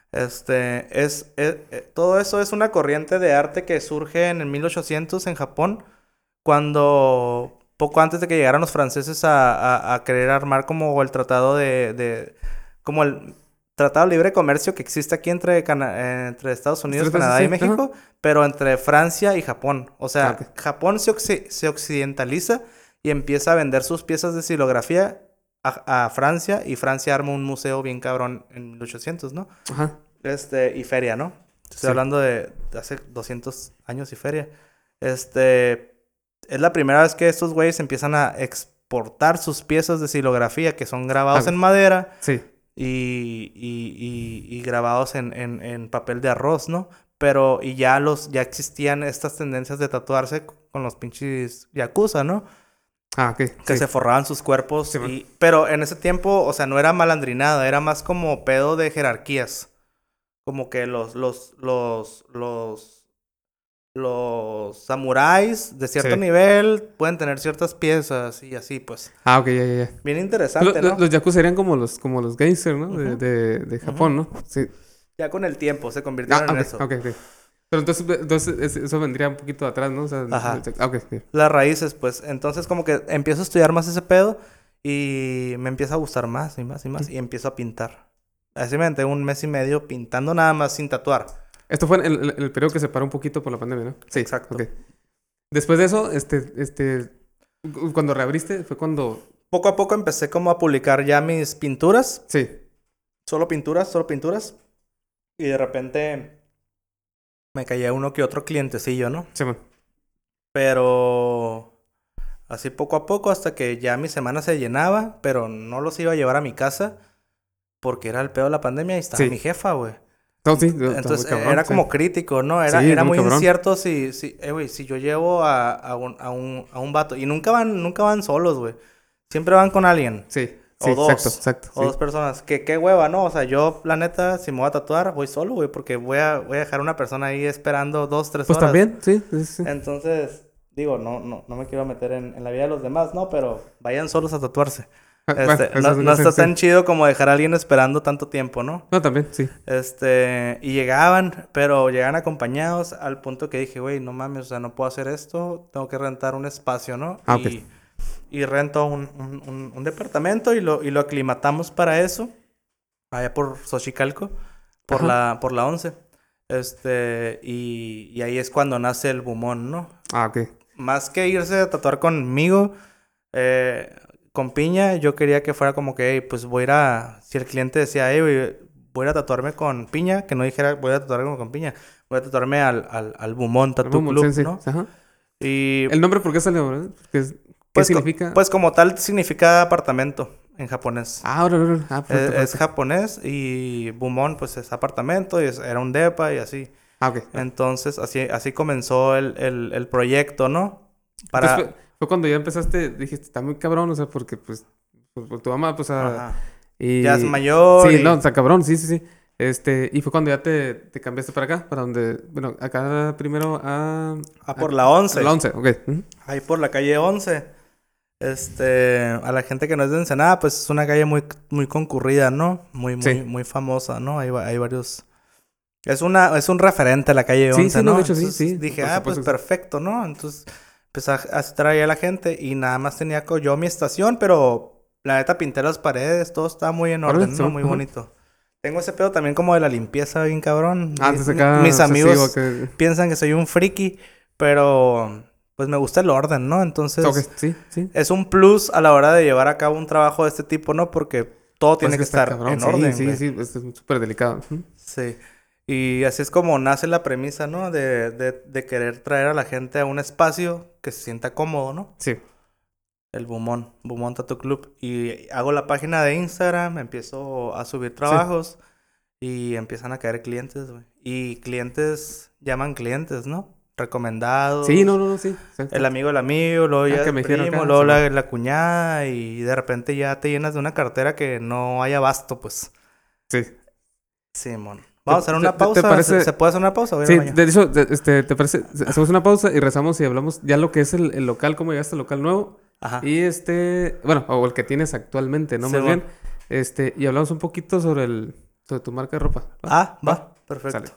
Todo eso es una corriente de arte que surge en el 1800 en Japón, cuando poco antes de que llegaran los franceses a querer armar como el tratado como el tratado de libre comercio que existe aquí entre Estados Unidos, Canadá y México, pero entre Francia y Japón. O sea, Japón se occidentaliza y empieza a vender sus piezas de xilografía a Francia, y Francia arma un museo bien cabrón en 1800, ¿no? Ajá. Y feria, ¿no? Estoy hablando de hace 200 años y feria. Es la primera vez que estos güeyes empiezan a exportar sus piezas de xilografía, que son grabados en madera. Sí. Y grabados en papel de arroz, ¿no? Pero, ya existían estas tendencias de tatuarse con los pinches yakuza, ¿no? Que se forraban sus cuerpos. Sí, pero en ese tiempo, o sea, no era malandrinada, era más como pedo de jerarquías. Como que los samuráis de cierto nivel pueden tener ciertas piezas y así, pues. Ok, ya. Bien interesante, ¿no? Los yakuza serían como los gangsters, ¿no? De Japón, ¿no? Sí. Ya con el tiempo se convirtieron en eso. Ok. Pero entonces eso vendría un poquito atrás, ¿no? O sea, las raíces, pues. Entonces como que empiezo a estudiar más ese pedo y me empieza a gustar más y más y más. Y empiezo a pintar. Así me aventé 1 mes y medio pintando nada más sin tatuar. Esto fue en el periodo que se paró un poquito por la pandemia, ¿no? Sí, exacto. Okay. Después de eso, cuando reabriste, fue cuando... Poco a poco empecé como a publicar ya mis pinturas. Sí. Solo pinturas. Y de repente me caía uno que otro clientecillo, ¿no? Sí, man. Pero así poco a poco hasta que ya mi semana se llenaba, pero no los iba a llevar a mi casa porque era el pedo de la pandemia y estaba mi jefa, güey. No, sí. Entonces cabrón, era como crítico, ¿no? Era muy incierto si yo llevo a un vato. Y nunca van solos, güey. Siempre van con alguien. Sí. O dos. Exacto. O dos personas. Qué hueva, ¿no? O sea, yo, la neta, si me voy a tatuar, voy solo, güey. Porque voy a dejar a una persona ahí esperando 2, 3 horas. Pues también, sí. Entonces, digo, no me quiero meter en la vida de los demás, ¿no? Pero vayan solos a tatuarse. No está tan chido como dejar a alguien esperando tanto tiempo, ¿no? No, también, sí. Y llegaban acompañados al punto que dije, güey, no mames, o sea, no puedo hacer esto, tengo que rentar un espacio, ¿no? Y rento un departamento y lo aclimatamos para eso, allá por Xochicalco, por la 11. Y ahí es cuando nace el Bumón, ¿no? Ok. Más que irse a tatuar conmigo, con Piña, yo quería que fuera como que, hey, pues si el cliente decía, hey, voy a ir a tatuarme con Piña, que no dijera, voy a tatuarme con Piña, voy a tatuarme al Bumón Tattoo Club, sí, ¿no? Ajá. Y... ¿El nombre por qué salió? ¿Qué significa? Pues como tal, significa apartamento en japonés. Es japonés y Bumón, pues es apartamento y era un depa y así. Ok. Entonces, así comenzó el proyecto, ¿no? Entonces, fue cuando ya empezaste, dijiste, está muy cabrón, o sea, porque pues por tu mamá, pues... ya es mayor. Sí, no, está cabrón, sí. Y fue cuando ya te cambiaste para acá, para donde... Bueno, acá primero por la 11. La 11, ok. Ahí por la calle 11. A la gente que no es de Ensenada, pues es una calle muy, muy concurrida, ¿no? Muy famosa, ¿no? Hay varios... Es un referente a la calle 11, ¿no? De hecho, entonces, sí. Dije, pues perfecto, ¿no? Entonces... empecé a traer a la gente y nada más tenía yo mi estación, pero la neta pinté las paredes, todo estaba muy en orden, ¿no? Muy bonito. Tengo ese pedo también como de la limpieza bien cabrón. Mis amigos piensan que soy un friki, pero pues me gusta el orden, ¿no? Entonces sí. Es un plus a la hora de llevar a cabo un trabajo de este tipo, ¿no? Porque todo tiene que estar en orden. Sí, es súper delicado. Sí. Y así es como nace la premisa, ¿no? De querer traer a la gente a un espacio que se sienta cómodo, ¿no? Sí. El Bumón Tattoo Club. Y hago la página de Instagram, empiezo a subir trabajos y empiezan a caer clientes, güey. Y clientes llaman clientes, ¿no? Recomendados. Sí, sí. Exacto. El amigo del amigo, luego ya el primo, luego la cuñada y de repente ya te llenas de una cartera que no hay abasto, pues. Sí. Simón. Vamos a hacer una pausa. ¿Se puede hacer una pausa? Sí, de hecho, ¿te parece? Hacemos una pausa y rezamos y hablamos ya lo que es el local, cómo llegaste al local nuevo. Ajá. Y bueno, o el que tienes actualmente, ¿no? Más bien. Y hablamos un poquito sobre tu marca de ropa. Va. Perfecto.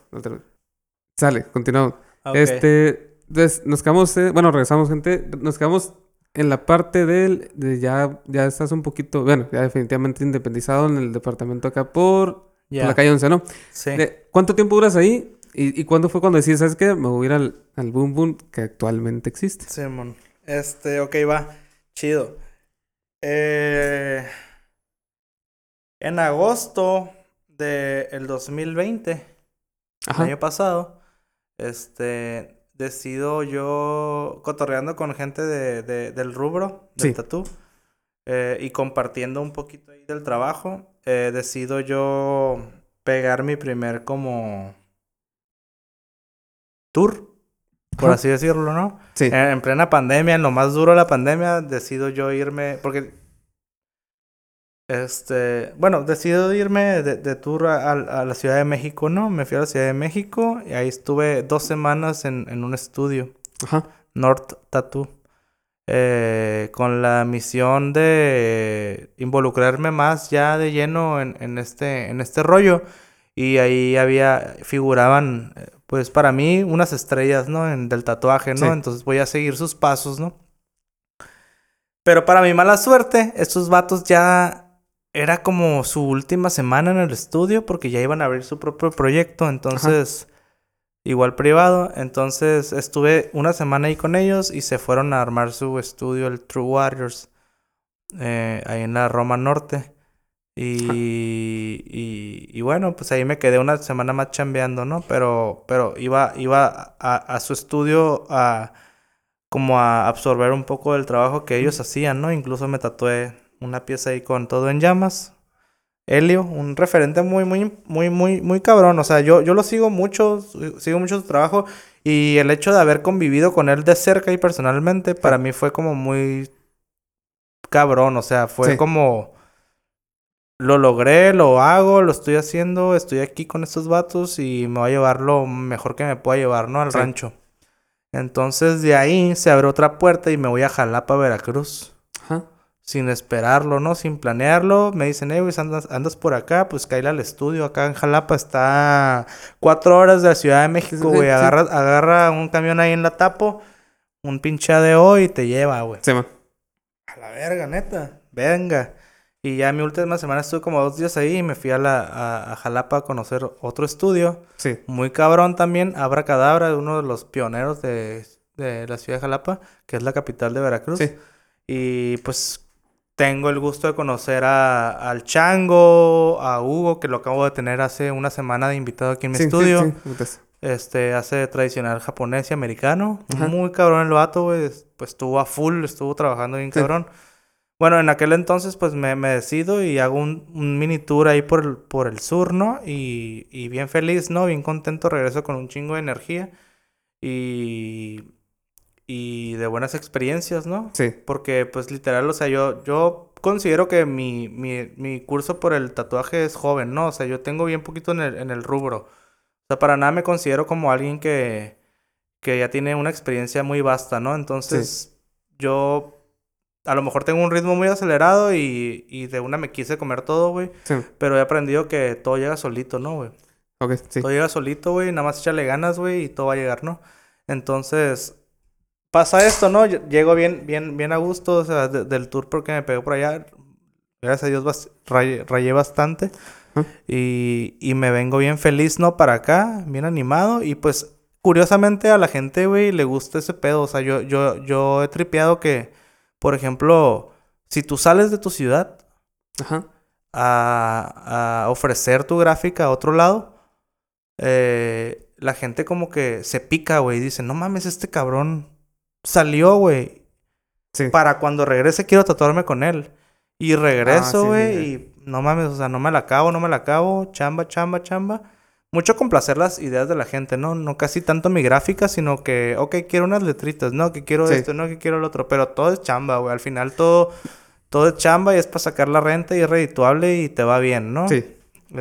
Sale, continuamos. Okay. Entonces, nos quedamos, regresamos, gente. Nos quedamos en la parte de ya estás un poquito, bueno, ya definitivamente independizado en el departamento acá por la calle 11, ¿no? Sí. ¿Cuánto tiempo duras ahí? ¿Y cuándo fue cuando decís, sabes qué? Me voy a ir al Boom Boom que actualmente existe. Simón. Ok, va. Chido. En agosto del 2020, Ajá. el año pasado, decido yo, cotorreando con gente del rubro, del tatú, y compartiendo un poquito ahí del trabajo, decido yo pegar mi primer como tour, por así decirlo, ¿no? Sí. En plena pandemia, en lo más duro de la pandemia, decido yo irme, porque decido irme de tour a la Ciudad de México, ¿no? Me fui a la Ciudad de México y ahí estuve 2 semanas en un estudio. Ajá. North Tattoo. Con la misión de involucrarme más ya de lleno en este rollo. Y ahí figuraban, pues para mí, unas estrellas, ¿no? Del tatuaje, ¿no? Sí. Entonces voy a seguir sus pasos, ¿no? Pero para mi mala suerte, estos vatos ya... Era como su última semana en el estudio porque ya iban a abrir su propio proyecto. Entonces, igual privado. Entonces, estuve una semana ahí con ellos y se fueron a armar su estudio, el True Warriors, ahí en la Roma Norte. Y bueno, pues ahí me quedé una semana más chambeando, ¿no? Pero iba a su estudio como a absorber un poco del trabajo que ellos hacían, ¿no? Incluso me tatué una pieza ahí con Todo en Llamas. Helio, un referente muy cabrón. O sea, yo lo sigo mucho su trabajo. Y el hecho de haber convivido con él de cerca y personalmente, para mí fue como muy cabrón. O sea, fue como... Lo logré, lo hago, lo estoy haciendo, estoy aquí con estos vatos y me voy a llevar lo mejor que me pueda llevar, ¿no? Al rancho. Entonces, de ahí se abre otra puerta y me voy a Jalapa, Veracruz. Ajá. Sin esperarlo, ¿no? Sin planearlo. Me dicen, güey, andas por acá, pues cállate al estudio. Acá en Jalapa está 4 horas de la Ciudad de México, güey. Agarra un camión ahí en la Tapo, un pinche ADO y te lleva, güey. Sí, man. A la verga, neta. Venga. Y ya mi última semana estuve como 2 días ahí y me fui a Jalapa a conocer otro estudio. Sí. Muy cabrón también. Abracadabra, uno de los pioneros de la ciudad de Jalapa, que es la capital de Veracruz. Sí. Y pues... Tengo el gusto de conocer al Chango, a Hugo, que lo acabo de tener hace una semana de invitado aquí en mi estudio. Hace tradicional japonés y americano. Ajá. Muy cabrón el vato, güey. Pues estuvo a full, estuvo trabajando bien cabrón. Bueno, en aquel entonces pues me decido y hago un mini tour ahí por el sur, ¿no? Y bien feliz, ¿no? Bien contento, regreso con un chingo de energía. Y de buenas experiencias, ¿no? Sí. Porque, pues, literal, o sea, yo considero que mi curso por el tatuaje es joven, ¿no? O sea, yo tengo bien poquito en el rubro. O sea, para nada me considero como alguien que ya tiene una experiencia muy vasta, ¿no? Entonces, yo a lo mejor tengo un ritmo muy acelerado y de una me quise comer todo, güey. Sí. Pero he aprendido que todo llega solito, ¿no, güey? Ok, sí. Todo llega solito, güey. Nada más échale ganas, güey, y todo va a llegar, ¿no? Entonces... Pasa esto, ¿no? Llego bien a gusto, o sea, del tour porque me pegó por allá. Gracias a Dios rayé bastante. Y me vengo bien feliz, ¿no? Para acá, bien animado. Y pues, curiosamente a la gente, güey, le gusta ese pedo. O sea, yo he tripeado que, por ejemplo, si tú sales de tu ciudad a ofrecer tu gráfica a otro lado, la gente como que se pica, güey. Dice, no mames, este cabrón... Salió, güey. Sí. Para cuando regrese quiero tatuarme con él. Y regreso, güey. Y no mames, o sea, no me la acabo. Chamba. Mucho complacer las ideas de la gente, ¿no? No casi tanto mi gráfica, sino que... Ok, quiero unas letritas, ¿no? Que quiero esto, ¿no? Que quiero el otro. Pero todo es chamba, güey. Al final todo es chamba y es para sacar la renta y es redituable y te va bien, ¿no? Sí.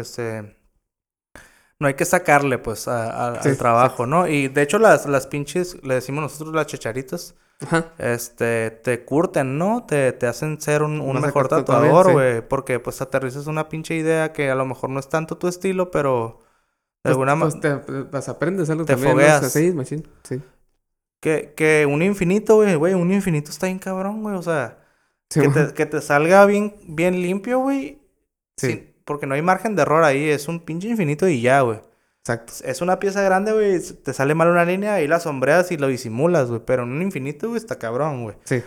No hay que sacarle, pues, al trabajo, ¿no? Y, de hecho, las pinches, le decimos nosotros las chacharitas, te curten, ¿no? Te hacen ser un mejor tatuador, güey. Sí. Porque, pues, aterrizas una pinche idea que a lo mejor no es tanto tu estilo, pero... De alguna manera... Pues aprendes algo te también. Fogueas. ¿No? Sí, machín. Sí. Que un infinito, güey, un infinito está bien cabrón, güey. O sea, Sí, que te salga bien limpio, güey. Sí. Porque no hay margen de error ahí. Es un pinche infinito y ya, güey. Exacto. Es una pieza grande, güey. Te sale mal una línea y la sombreas y lo disimulas, güey. Pero en un infinito, güey, está cabrón, güey. Sí.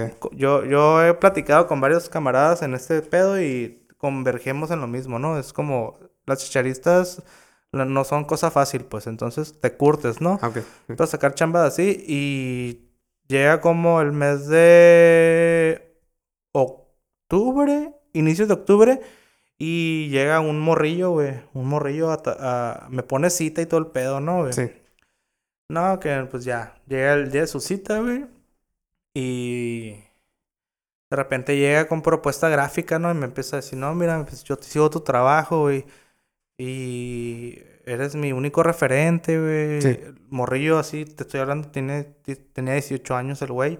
Yo he platicado con varios camaradas en este pedo y convergemos en lo mismo, ¿no? Es como las chicharistas no son cosa fácil, pues. Entonces te curtes, ¿no? Okay. Para sacar chambas así y llega como el mes de octubre, inicios de octubre. Y llega un morrillo, güey. Un morrillo me pone cita y todo el pedo, ¿no, güey? Sí. No, que pues ya. Llega el día de su cita, güey. Y de repente llega con propuesta gráfica, ¿no? Y me empieza a decir, no, mira, pues yo te sigo tu trabajo, güey. Y eres mi único referente, güey. Sí. Morrillo así, te estoy hablando, tenía 18 años el güey.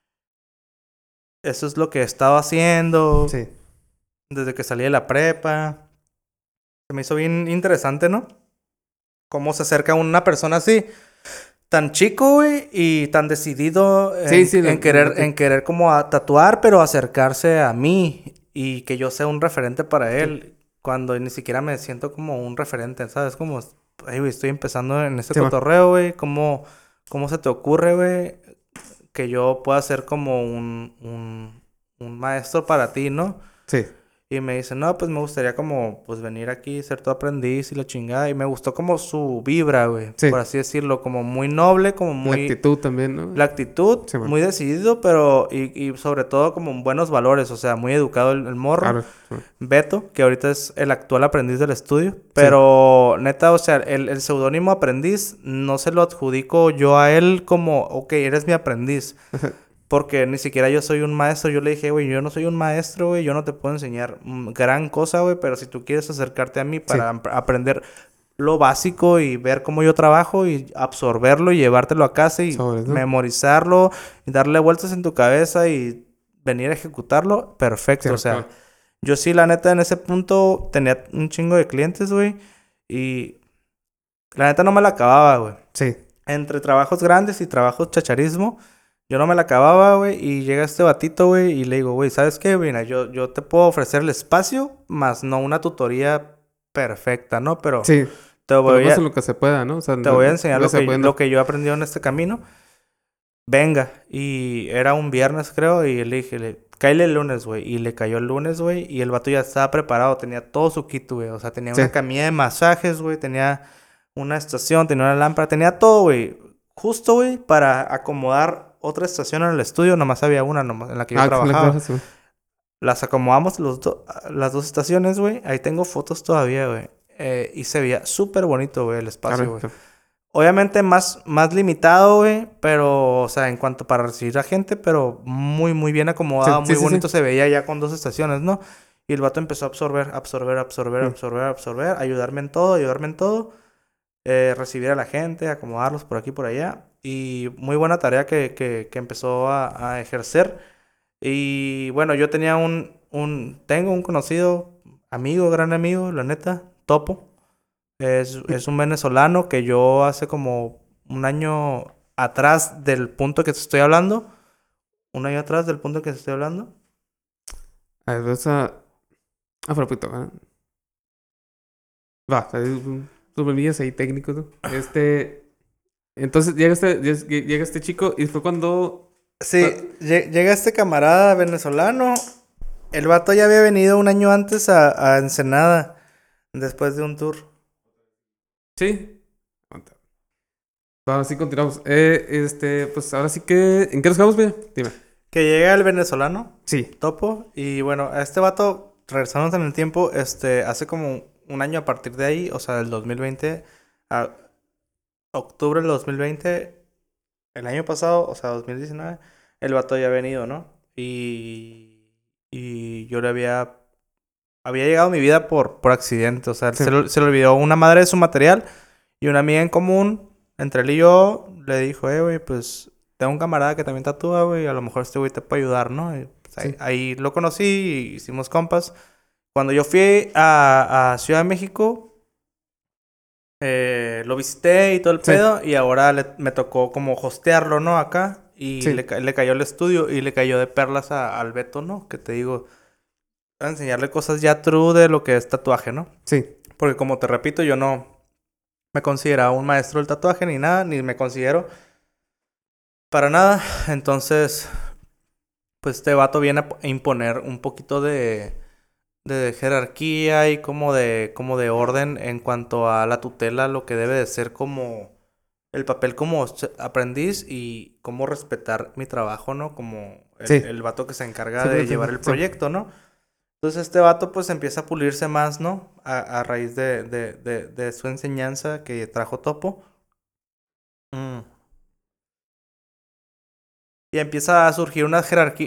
Eso es lo que estaba haciendo. Sí. Desde que salí de la prepa. Se me hizo bien interesante, ¿no? Cómo se acerca una persona así, tan chico, güey, y tan decidido en querer como tatuar, pero acercarse a mí y que yo sea un referente para él, cuando ni siquiera me siento como un referente, ¿sabes? Como, ay, güey, estoy empezando en este cotorreo, güey, ¿cómo se te ocurre, güey, que yo pueda ser como un maestro para ti, ¿no? Sí. Y me dice, no, pues me gustaría como, pues venir aquí, ser tu aprendiz y la chingada. Y me gustó como su vibra, güey. Sí. Por así decirlo, como muy noble, como muy... La actitud también, ¿no? La actitud, Sí, muy decidido, pero... Y sobre todo como buenos valores, o sea, muy educado el morro. Claro. Sí. Beto, que ahorita es el actual aprendiz del estudio. Pero, neta, o sea, el seudónimo aprendiz no se lo adjudico yo a él como, ok, eres mi aprendiz. Porque ni siquiera yo soy un maestro. Yo le dije, güey, yo no soy un maestro, güey. Yo no te puedo enseñar gran cosa, güey. Pero si tú quieres acercarte a mí para aprender lo básico y ver cómo yo trabajo y absorberlo y llevártelo a casa y memorizarlo y darle vueltas en tu cabeza y venir a ejecutarlo, perfecto. Sí, o sea, yo sí, la neta, en ese punto tenía un chingo de clientes, güey. Y la neta no me la acababa, güey. Sí. Entre trabajos grandes y trabajos chacharismo... Yo no me la acababa, güey, y llega este batito, güey, y le digo, güey, ¿sabes qué? Mira, yo te puedo ofrecer el espacio, más no una tutoría perfecta, ¿no? Pero sí, te voy a... en lo que se pueda, ¿no? O sea, te voy a enseñar lo que yo he aprendido en este camino. Venga. Y era un viernes, creo, y le dije, cáele el lunes, güey. Y le cayó el lunes, güey, y el vato ya estaba preparado, tenía todo su kit, güey. O sea, tenía una camilla de masajes, güey, tenía una estación, tenía una lámpara, tenía todo, güey. Justo, güey, para acomodar otra estación en el estudio, nomás había una nomás en la que yo trabajaba. Las acomodamos las dos estaciones, güey. Ahí tengo fotos todavía, güey. Y se veía súper bonito, güey, el espacio, güey. Obviamente más limitado, güey. Pero, o sea, en cuanto para recibir a gente, pero muy, muy bien acomodado. Muy bonito se veía ya con dos estaciones, ¿no? Y el vato empezó a absorber. Ayudarme en todo. Recibir a la gente, acomodarlos por aquí por allá. Y muy buena tarea que empezó a ejercer. Y bueno, yo tenía tengo un conocido amigo, gran amigo, la neta, Topo. Es un venezolano que yo hace como un año atrás del punto que te estoy hablando. Un año atrás del punto que te estoy hablando. A ver, va, problemillas ahí técnicos, ¿no? Entonces llega este chico y fue cuando... Sí, llega este camarada venezolano. El vato ya había venido un año antes a Ensenada, después de un tour. Sí. Ahora sí continuamos. Pues ahora sí que... ¿En qué nos quedamos, güey? Dime. Que llega el venezolano. Sí. Topo. Y bueno, a este vato, regresamos en el tiempo, hace como un año a partir de ahí, o sea, del 2020, a octubre del 2020, el año pasado, o sea, 2019, el vato ya ha venido, ¿no? Y yo le había llegado a mi vida por accidente, o sea, se le olvidó una madre de su material y una amiga en común, entre él y yo, le dijo, güey, pues, tengo un camarada que también tatúa, güey, a lo mejor este güey te puede ayudar, ¿no? Y, pues, ahí lo conocí y hicimos compas. Cuando yo fui a Ciudad de México, Lo visité y todo el pedo. Y ahora me tocó como hostearlo, ¿no? Acá. Y le cayó el estudio y le cayó de perlas al Beto, ¿no? Que te digo, a enseñarle cosas ya true de lo que es tatuaje, ¿no? Sí. Porque como te repito, yo no me consideraba un maestro del tatuaje ni nada, ni me considero para nada. Entonces, pues este vato viene a imponer un poquito de jerarquía y como de orden en cuanto a la tutela, lo que debe de ser como el papel como aprendiz y cómo respetar mi trabajo, ¿no? Como el vato que se encarga de llevar el proyecto, ¿no? Entonces este vato pues empieza a pulirse más, ¿no? A raíz de su enseñanza que trajo Topo. Y empieza a surgir una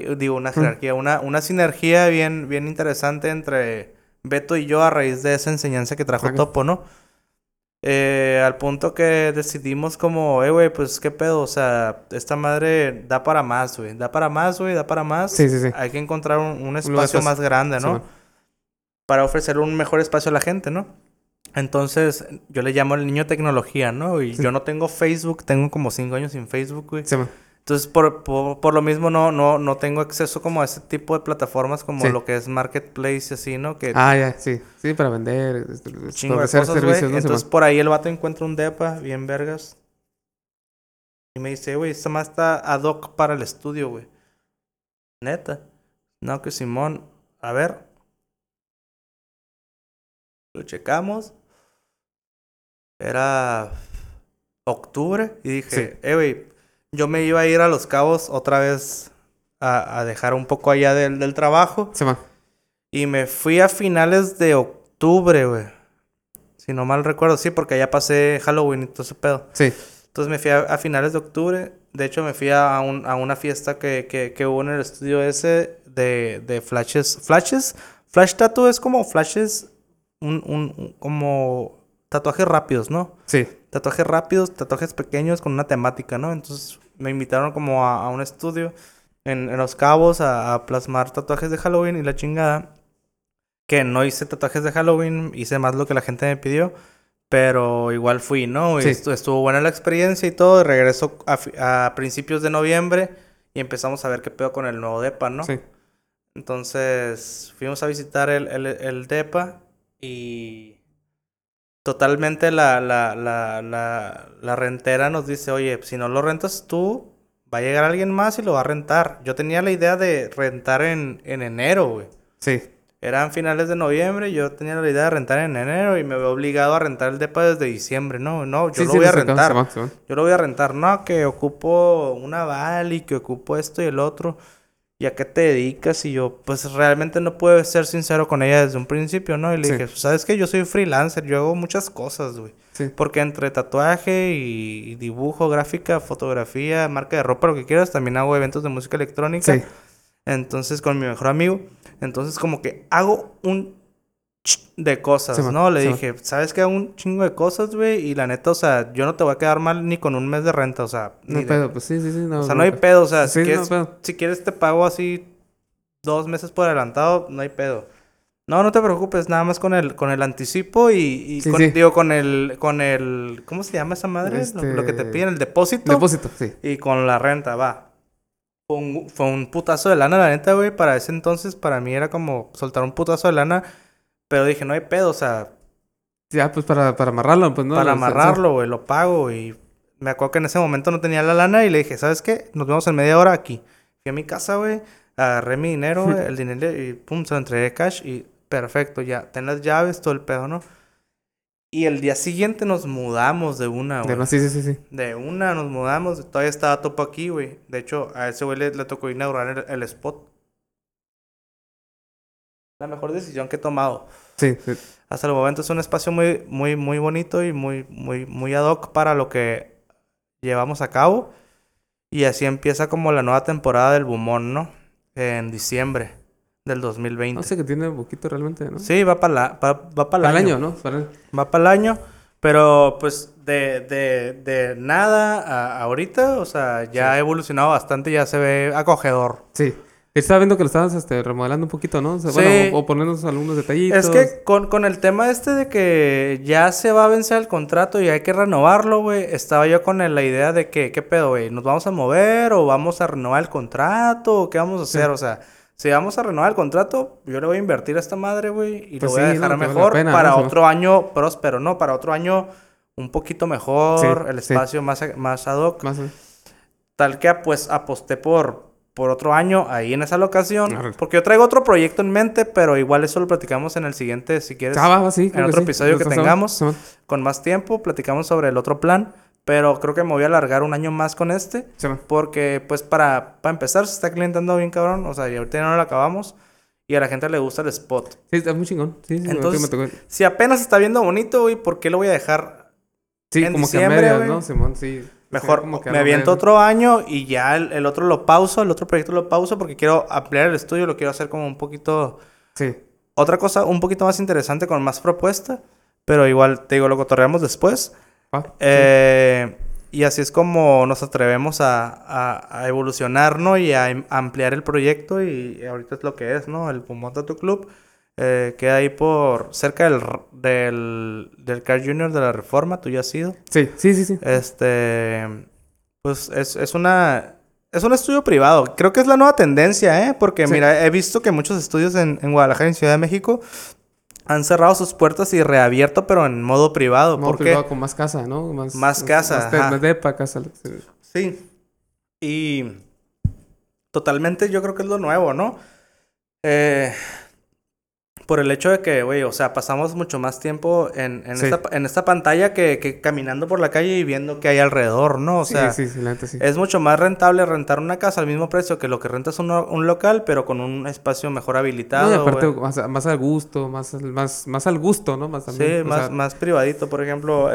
sinergia bien interesante entre Beto y yo a raíz de esa enseñanza que trajo Topo, ¿no? Al punto que decidimos como, güey, pues qué pedo, o sea, esta madre da para más, güey. Da para más. Sí. Hay que encontrar un espacio más grande, ¿no? Sí, para ofrecer un mejor espacio a la gente, ¿no? Entonces, yo le llamo el niño tecnología, ¿no? Y yo no tengo Facebook, tengo como 5 años sin Facebook, güey. Sí, entonces, por lo mismo, no tengo acceso como a ese tipo de plataformas como lo que es Marketplace y así, ¿no? Que ya, sí. Sí, para vender. Chingo de cosas, servicios, ¿no? Entonces, por ahí el vato encuentra un depa bien vergas. Y me dice, güey, esta más está ad hoc para el estudio, güey. Neta. No, que Simón. A ver. Lo checamos. Era octubre. Y dije, güey, yo me iba a ir a Los Cabos otra vez a dejar un poco allá del trabajo. Se va. Y me fui a finales de octubre, güey. Si no mal recuerdo. Sí, porque ya pasé Halloween y todo ese pedo. Sí. Entonces me fui a finales de octubre. De hecho, me fui a una fiesta que hubo en el estudio ese de flashes. Flash tattoo es como flashes... como tatuajes rápidos, ¿no? Sí. Tatuajes rápidos, tatuajes pequeños con una temática, ¿no? Entonces me invitaron como a un estudio en Los Cabos a plasmar tatuajes de Halloween y la chingada. Que no hice tatuajes de Halloween, hice más lo que la gente me pidió. Pero igual fui, ¿no? Sí. Estuvo buena la experiencia y todo. Y regreso a principios de noviembre y empezamos a ver qué pedo con el nuevo depa, ¿no? Sí. Entonces fuimos a visitar el depa. Y totalmente la rentera nos dice, oye, si no lo rentas tú, va a llegar alguien más y lo va a rentar. Yo tenía la idea de rentar en enero, güey. Sí. Eran finales de noviembre, yo tenía la idea de rentar en enero y me veo obligado a rentar el depa desde diciembre. No, yo lo voy a rentar. Yo lo voy a rentar. No, que ocupo una Val y que ocupo esto y el otro. ¿Y a qué te dedicas? Y yo, pues realmente no puedo ser sincero con ella desde un principio, ¿no? Y le dije, ¿sabes qué? Yo soy freelancer, yo hago muchas cosas, güey. Sí. Porque entre tatuaje y dibujo, gráfica, fotografía, marca de ropa, lo que quieras, también hago eventos de música electrónica. Sí. Entonces, con mi mejor amigo. Entonces, como que hago un de cosas, ¿no? Le dije, ¿sabes qué? Hago un chingo de cosas, güey. Y la neta, o sea, yo no te voy a quedar mal ni con un mes de renta, o sea. No hay pedo, pues sí. No, o sea, no hay pedo, o sea, si quieres te pago así 2 meses por adelantado, no hay pedo. No te preocupes, nada más con el anticipo con el... ¿Cómo se llama esa madre? Lo que te piden, el depósito. Depósito, sí. Y con la renta, va. Fue un putazo de lana, la neta, güey. Para ese entonces, para mí era como soltar un putazo de lana. Pero dije, no hay pedo, o sea... Ya, pues para amarrarlo, pues no. Para amarrarlo, güey, lo pago. Y me acuerdo que en ese momento no tenía la lana y le dije, ¿sabes qué? Nos vemos en media hora aquí. Fui a mi casa, güey, agarré mi dinero, güey, el dinero y pum, se lo entregué cash y perfecto, ya. Ten las llaves, todo el pedo, ¿no? Y el día siguiente nos mudamos de una, güey. Sí. De una nos mudamos. Todavía estaba Topo aquí, güey. De hecho, a ese güey le tocó inaugurar el spot. La mejor decisión que he tomado. Sí. Hasta el momento es un espacio muy bonito y muy ad hoc para lo que llevamos a cabo. Y así empieza como la nueva temporada del Bumón, ¿no? En diciembre del 2020. No sé, que tiene un poquito realmente, ¿no? Sí, va para el año, ¿no? Va para el año. Pero pues de nada a ahorita, o sea, ya ha evolucionado bastante, ya se ve acogedor. Sí. Estaba viendo que lo estabas remodelando un poquito, ¿no? O sea, sí. Bueno, o ponernos algunos detallitos. Es que con el tema de que ya se va a vencer el contrato y hay que renovarlo, güey, estaba yo con la idea de que, ¿qué pedo, güey? ¿Nos vamos a mover o vamos a renovar el contrato? ¿O qué vamos a hacer? O sea, si vamos a renovar el contrato, yo le voy a invertir a esta madre, güey, y pues lo voy a dejar mejor vale para otro año próspero, ¿no? Para otro año un poquito mejor, el espacio más ad hoc. Tal que pues aposté por otro año ahí en esa locación. Porque yo traigo otro proyecto en mente, pero igual eso lo platicamos en el siguiente, si quieres. En otro episodio que tengamos. Con más tiempo, platicamos sobre el otro plan. Pero creo que me voy a alargar un año más con este. Porque, pues, para empezar, se está clientando bien cabrón. O sea, y ahorita ya no lo acabamos. Y a la gente le gusta el spot. Sí, está muy chingón. Sí, entonces, si apenas está viendo bonito, güey, ¿por qué lo voy a dejar en como diciembre, que a medias, ¿no, Simón? Sí. Mejor me aviento otro año y ya el otro lo pauso, el otro proyecto lo pauso porque quiero ampliar el estudio, lo quiero hacer como un poquito... Sí. Otra cosa un poquito más interesante con más propuesta, pero igual, te digo, lo cotorreamos después. Y así es como nos atrevemos a evolucionar, ¿no? Y a ampliar el proyecto y ahorita es lo que es, ¿no? El Pumón Tattoo Club. Queda ahí por cerca del Car Junior de la Reforma. ¿Tú ya has ido? Sí. Pues es un estudio privado. Creo que es la nueva tendencia, porque mira, he visto que muchos estudios en Guadalajara y en Ciudad de México han cerrado sus puertas y reabierto, pero en modo privado. Modo privado con más casa, ¿no? Más casa. Más depa, casa. Sí. Y totalmente yo creo que es lo nuevo, ¿no? Por el hecho de que, güey, o sea, pasamos mucho más tiempo en esta pantalla que caminando por la calle y viendo qué hay alrededor, ¿no? O sea, sí. Es mucho más rentable rentar una casa al mismo precio que lo que rentas un local, pero con un espacio mejor habilitado. No, y aparte más al gusto, más al gusto, ¿no? Más privadito. Por ejemplo,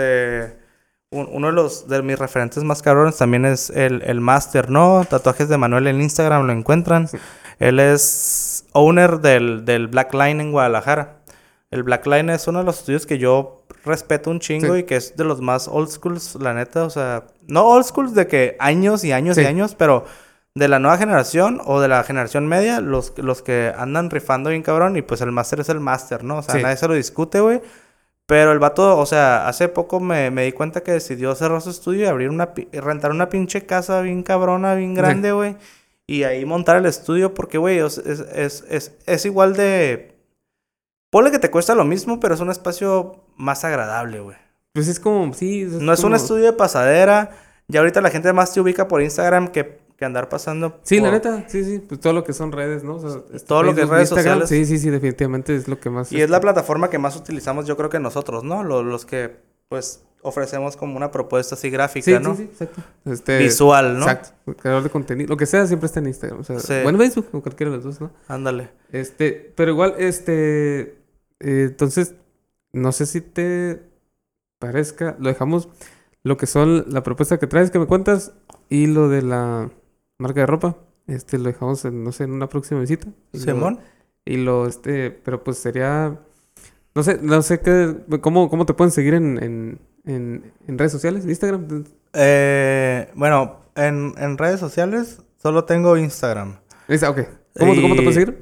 uno de mis referentes más cabrones también es el Master, ¿no? Tatuajes de Manuel en Instagram, lo encuentran. Sí. Él es owner del Black Line en Guadalajara. El Black Line es uno de los estudios que yo respeto un chingo y que es de los más old schools, la neta. O sea, no old schools de que años y años y años, pero de la nueva generación o de la generación media, los que andan rifando bien cabrón. Y pues el Master es el Master, ¿no? O sea, nadie se lo discute, güey. Pero el vato, o sea, hace poco me di cuenta que decidió cerrar su estudio y abrir rentar una pinche casa bien cabrona, bien grande, güey. Y ahí montar el estudio porque, güey, es igual de... Ponle que te cuesta lo mismo, pero es un espacio más agradable, güey. Pues es como... Sí, no es un estudio de pasadera. Ya ahorita la gente más te ubica por Instagram que andar pasando... Sí, la neta. Sí. Pues todo lo que son redes, ¿no? O sea, todo lo que es redes sociales. Sí. Definitivamente es lo que más... Y es la plataforma que más utilizamos, yo creo que nosotros, ¿no? Los que, pues... ofrecemos como una propuesta así gráfica, ¿no? Sí, exacto. Visual, ¿no? Exacto. Creador de contenido. Lo que sea siempre está en Instagram. O sea, bueno, Facebook o cualquiera de los dos, ¿no? Ándale. Pero igual, entonces, no sé si te parezca, lo dejamos, lo que son la propuesta que traes, que me cuentas, y lo de la marca de ropa, lo dejamos, no sé, en una próxima visita. Simón. Pero pues sería... No sé cómo te pueden seguir en redes sociales, Instagram. Bueno, en redes sociales solo tengo Instagram. Ok. ¿Cómo te pueden seguir?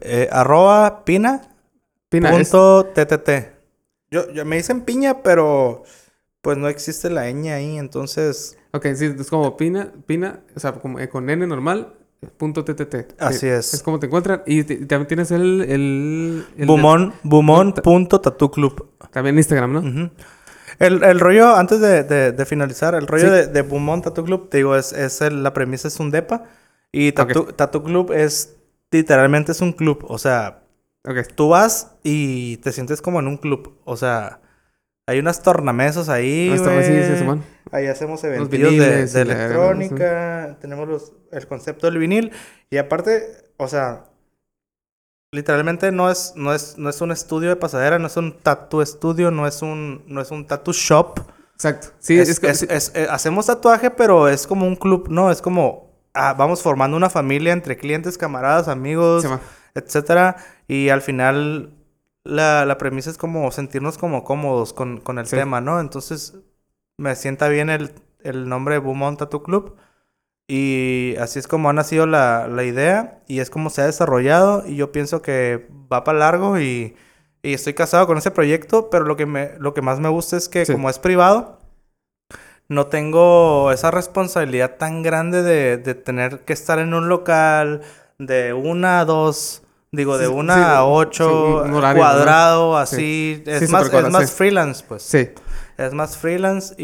@pina.ttt. Yo me dicen piña, pero pues no existe la ñ ahí, entonces... Ok, sí, es como pina, o sea, como con n normal, .ttt. Así es. Es como te encuentran. Y también tienes el Bumón.tattoo club. También en Instagram, ¿no? Uh-huh. El rollo, antes de finalizar, el rollo de Bumón Tattoo Club, te digo, la premisa es un depa. Y Tattoo Club literalmente es un club. O sea, tú vas y te sientes como en un club. O sea, hay unas tornamesas ahí, güey. Ahí hacemos eventos de electrónica. Tenemos el concepto del vinil. Y aparte, o sea... Literalmente no es un estudio de pasadera, no es un tattoo estudio, no es un tattoo shop. Exacto. Sí, hacemos tatuaje, pero es como un club, ¿no? Es como vamos formando una familia entre clientes, camaradas, amigos, etcétera. Y al final la premisa es como sentirnos como cómodos con el tema, ¿no? Entonces me sienta bien el nombre de Bumón Tattoo Club. Y así es como ha nacido la idea y es como se ha desarrollado y yo pienso que va para largo y estoy casado con ese proyecto, pero lo que más me gusta es que como es privado, no tengo esa responsabilidad tan grande de tener que estar en un local de 1 a 2, digo, de 1 a 8, un horario, cuadrado, ¿no? así. Sí. Es más freelance, pues. Sí. Es más freelance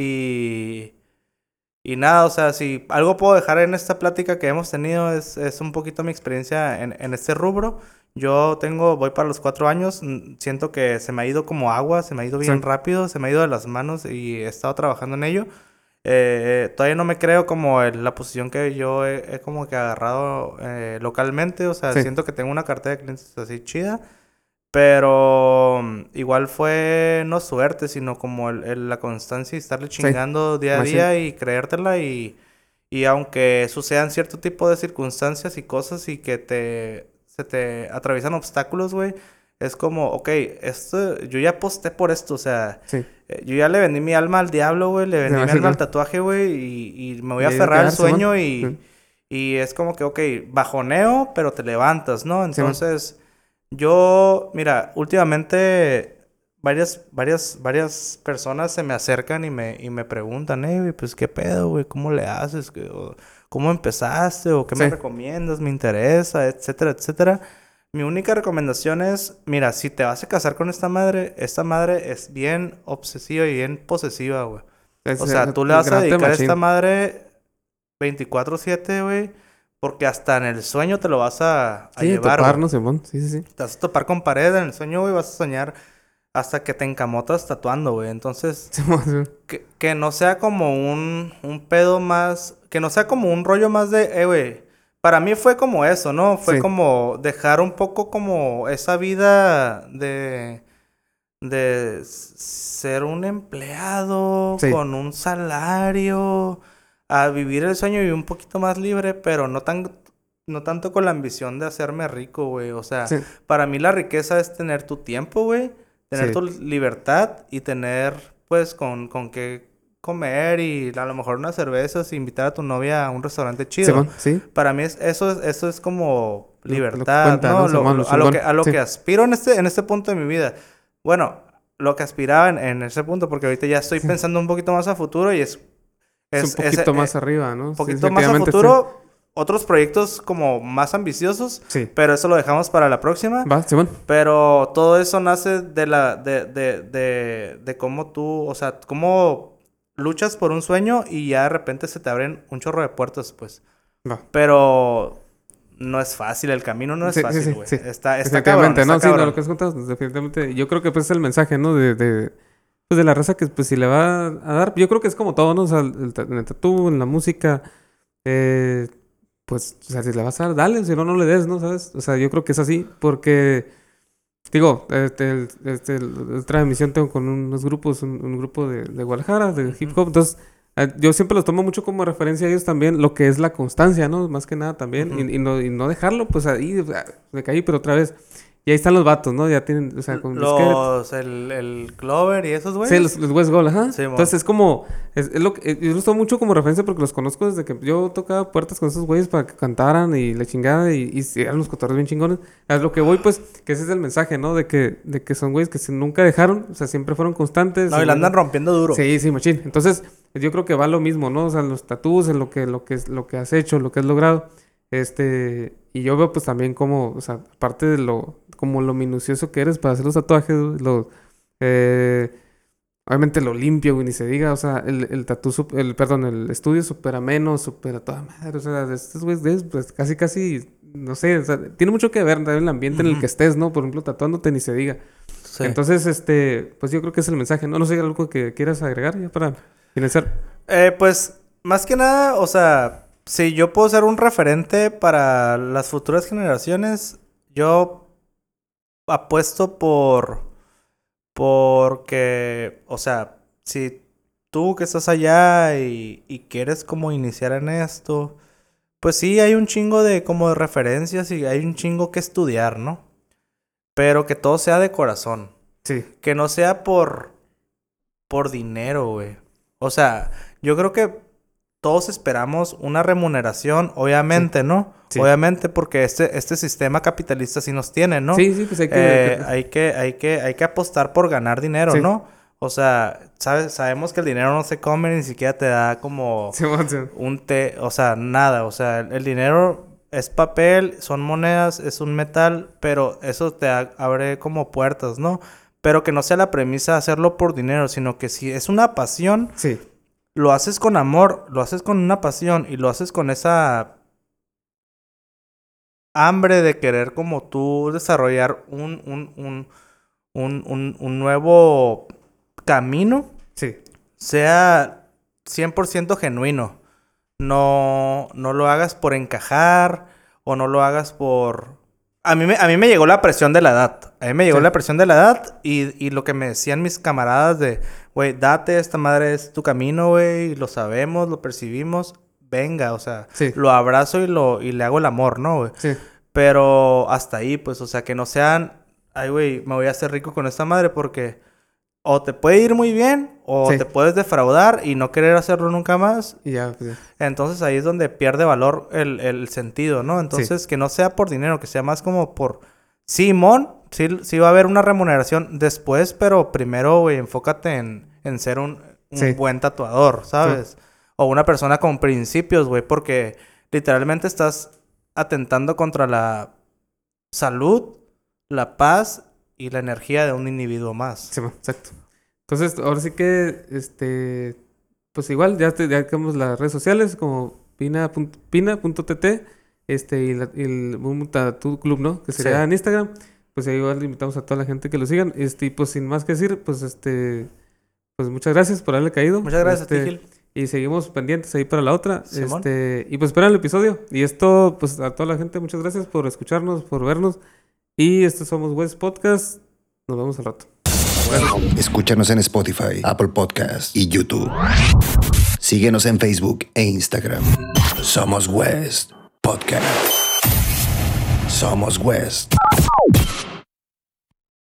y nada, o sea, si algo puedo dejar en esta plática que hemos tenido es un poquito mi experiencia en este rubro. Voy para los 4 años, siento que se me ha ido como agua, se me ha ido bien rápido, se me ha ido de las manos y he estado trabajando en ello. Todavía no me creo como la posición que yo he como que agarrado localmente, o sea, siento que tengo una cartera de clientes así chida. Pero igual fue no suerte, sino como la constancia y estarle chingando día a día y creértela y aunque sucedan cierto tipo de circunstancias y cosas y que se te atraviesan obstáculos, güey, es como, ok, yo ya aposté por esto, o sea, yo ya le vendí mi alma al diablo, güey, le vendí mi alma al tatuaje, güey, y me voy a aferrar al sueño y es como que, ok, bajoneo, pero te levantas, ¿no? Entonces... Yo, mira, últimamente varias personas se me acercan y me preguntan, güey, pues qué pedo, güey, ¿cómo le haces? ¿Cómo empezaste? ¿O qué me recomiendas? Me interesa, etcétera, etcétera. Mi única recomendación es, mira, si te vas a casar con esta madre es bien obsesiva y bien posesiva, güey. O sea, tú le vas a dedicar a esta madre 24/7, güey. Porque hasta en el sueño te lo vas a llevar, toparnos, Simón. Sí. Te vas a topar con pared en el sueño, güey. Vas a soñar hasta que te encamotas tatuando, güey. Entonces, que no sea como un pedo más... Que no sea como un rollo más de... güey. Para mí fue como eso, ¿no? Fue como dejar un poco como esa vida de ser un empleado con un salario... A vivir el sueño y un poquito más libre, pero no tanto con la ambición de hacerme rico, güey. O sea, para mí la riqueza es tener tu tiempo, güey. Tener tu libertad y tener, pues, con qué comer y a lo mejor unas cervezas y invitar a tu novia a un restaurante chido. Para mí eso es como libertad, ¿no? A lo que aspiro en este punto de mi vida. Bueno, lo que aspiraba en ese punto, porque ahorita ya estoy pensando un poquito más a futuro y es un poquito más arriba, ¿no? Un poquito más a futuro. Otros proyectos como más ambiciosos. Pero eso lo dejamos para la próxima. Pero todo eso nace de cómo tú... O sea, cómo luchas por un sueño y ya de repente se te abren un chorro de puertas, pues. Pero... No es fácil, el camino no es fácil, güey. Está cabrón, ¿no? Sí, lo que has contado, definitivamente. Yo creo que pues es el mensaje, ¿no? Pues de la raza que pues si le va a dar, yo creo que es como todo, ¿no? O sea, en el tatú, en la música, pues, o sea, si le vas a dar, dale, si no, no le des, ¿no? ¿Sabes? O sea, yo creo que es así, porque, digo, otra emisión tengo con unos grupos, un grupo de Guadalajara, de hip hop, entonces, yo siempre los tomo mucho como referencia a ellos también, lo que es la constancia, ¿no? Más que nada también, y no dejarlo, pues ahí, me caí, pero otra vez... Y ahí están los vatos, ¿no? Ya tienen, o sea, con el Clover y esos güeyes. Sí, los West Gold, ajá. Sí, entonces es como... Es lo que... Yo los tomo mucho como referencia porque los conozco desde que yo tocaba puertas con esos güeyes para que cantaran y la chingada y eran los cotorreos bien chingones. A lo que voy, pues, que ese es el mensaje, ¿no? De que son güeyes que nunca dejaron, o sea, siempre fueron constantes. No, y la andan rompiendo duro. Sí, machín. Entonces, yo creo que va lo mismo, ¿no? O sea, los tatús, en lo que has hecho, lo que has logrado. Y yo veo pues también como, o sea, aparte de lo minucioso que eres para hacer los tatuajes, obviamente lo limpio, güey, ni se diga, o sea, el estudio súper ameno, súper a toda madre, o sea, estos güeyes, pues casi, no sé, o sea, tiene mucho que ver también el ambiente en el que estés, ¿no? Por ejemplo, tatuándote ni se diga. Sí. Entonces, pues yo creo que es el mensaje, ¿no? No sé, algo que quieras agregar ya para finalizar. Pues, más que nada, o sea... Si yo puedo ser un referente para las futuras generaciones, yo apuesto porque, o sea, si tú que estás allá y quieres como iniciar en esto, pues sí, hay un chingo de como de referencias y hay un chingo que estudiar, ¿no? Pero que todo sea de corazón. Sí. Que no sea por dinero, güey. O sea, yo creo que todos esperamos una remuneración, obviamente, ¿no? Sí. Obviamente, porque este sistema capitalista sí nos tiene, ¿no? Sí, pues hay que apostar por ganar dinero, ¿no? O sea, sabemos que el dinero no se come, ni siquiera te da como un té, o sea, nada. O sea, el dinero es papel, son monedas, es un metal, pero eso te abre como puertas, ¿no? Pero que no sea la premisa hacerlo por dinero, sino que si es una pasión, lo haces con amor, lo haces con una pasión y lo haces con esa hambre de querer como tú desarrollar un nuevo camino, sea 100% genuino. No lo hagas por encajar o no lo hagas por... A mí me llegó la presión de la edad. A mí me llegó la presión de la edad y lo que me decían mis camaradas de, güey, date, esta madre es tu camino, güey, lo sabemos, lo percibimos, venga, o sea, lo abrazo y le hago el amor, ¿no, güey? Sí. Pero hasta ahí, pues, o sea, que no sean, ay, güey, me voy a hacer rico con esta madre porque o te puede ir muy bien o te puedes defraudar y no querer hacerlo nunca más. Y ya, pues. Entonces ahí es donde pierde valor el sentido, ¿no? Entonces que no sea por dinero, que sea más como por... Simón, sí va a haber una remuneración después, pero primero, güey, enfócate en ser un buen tatuador, ¿sabes? O una persona con principios, güey, porque literalmente estás atentando contra la salud, la paz y la energía de un individuo más. Sí, exacto. Entonces, ahora sí que, pues igual, ya tenemos las redes sociales como pina.tt, y el Boom Tattoo Club, ¿no? Que sería en Instagram. Pues ahí igual invitamos a toda la gente que lo sigan. Y pues sin más que decir, pues pues muchas gracias por haberle caído. Muchas gracias, Gil. Y seguimos pendientes ahí para la otra. Simón. Y pues esperan el episodio. Y esto, pues a toda la gente, muchas gracias por escucharnos, por vernos. Y estos somos West Podcast. Nos vemos al rato. Escúchanos en Spotify, Apple Podcasts y YouTube. Síguenos en Facebook e Instagram. Somos West Podcast. Somos West.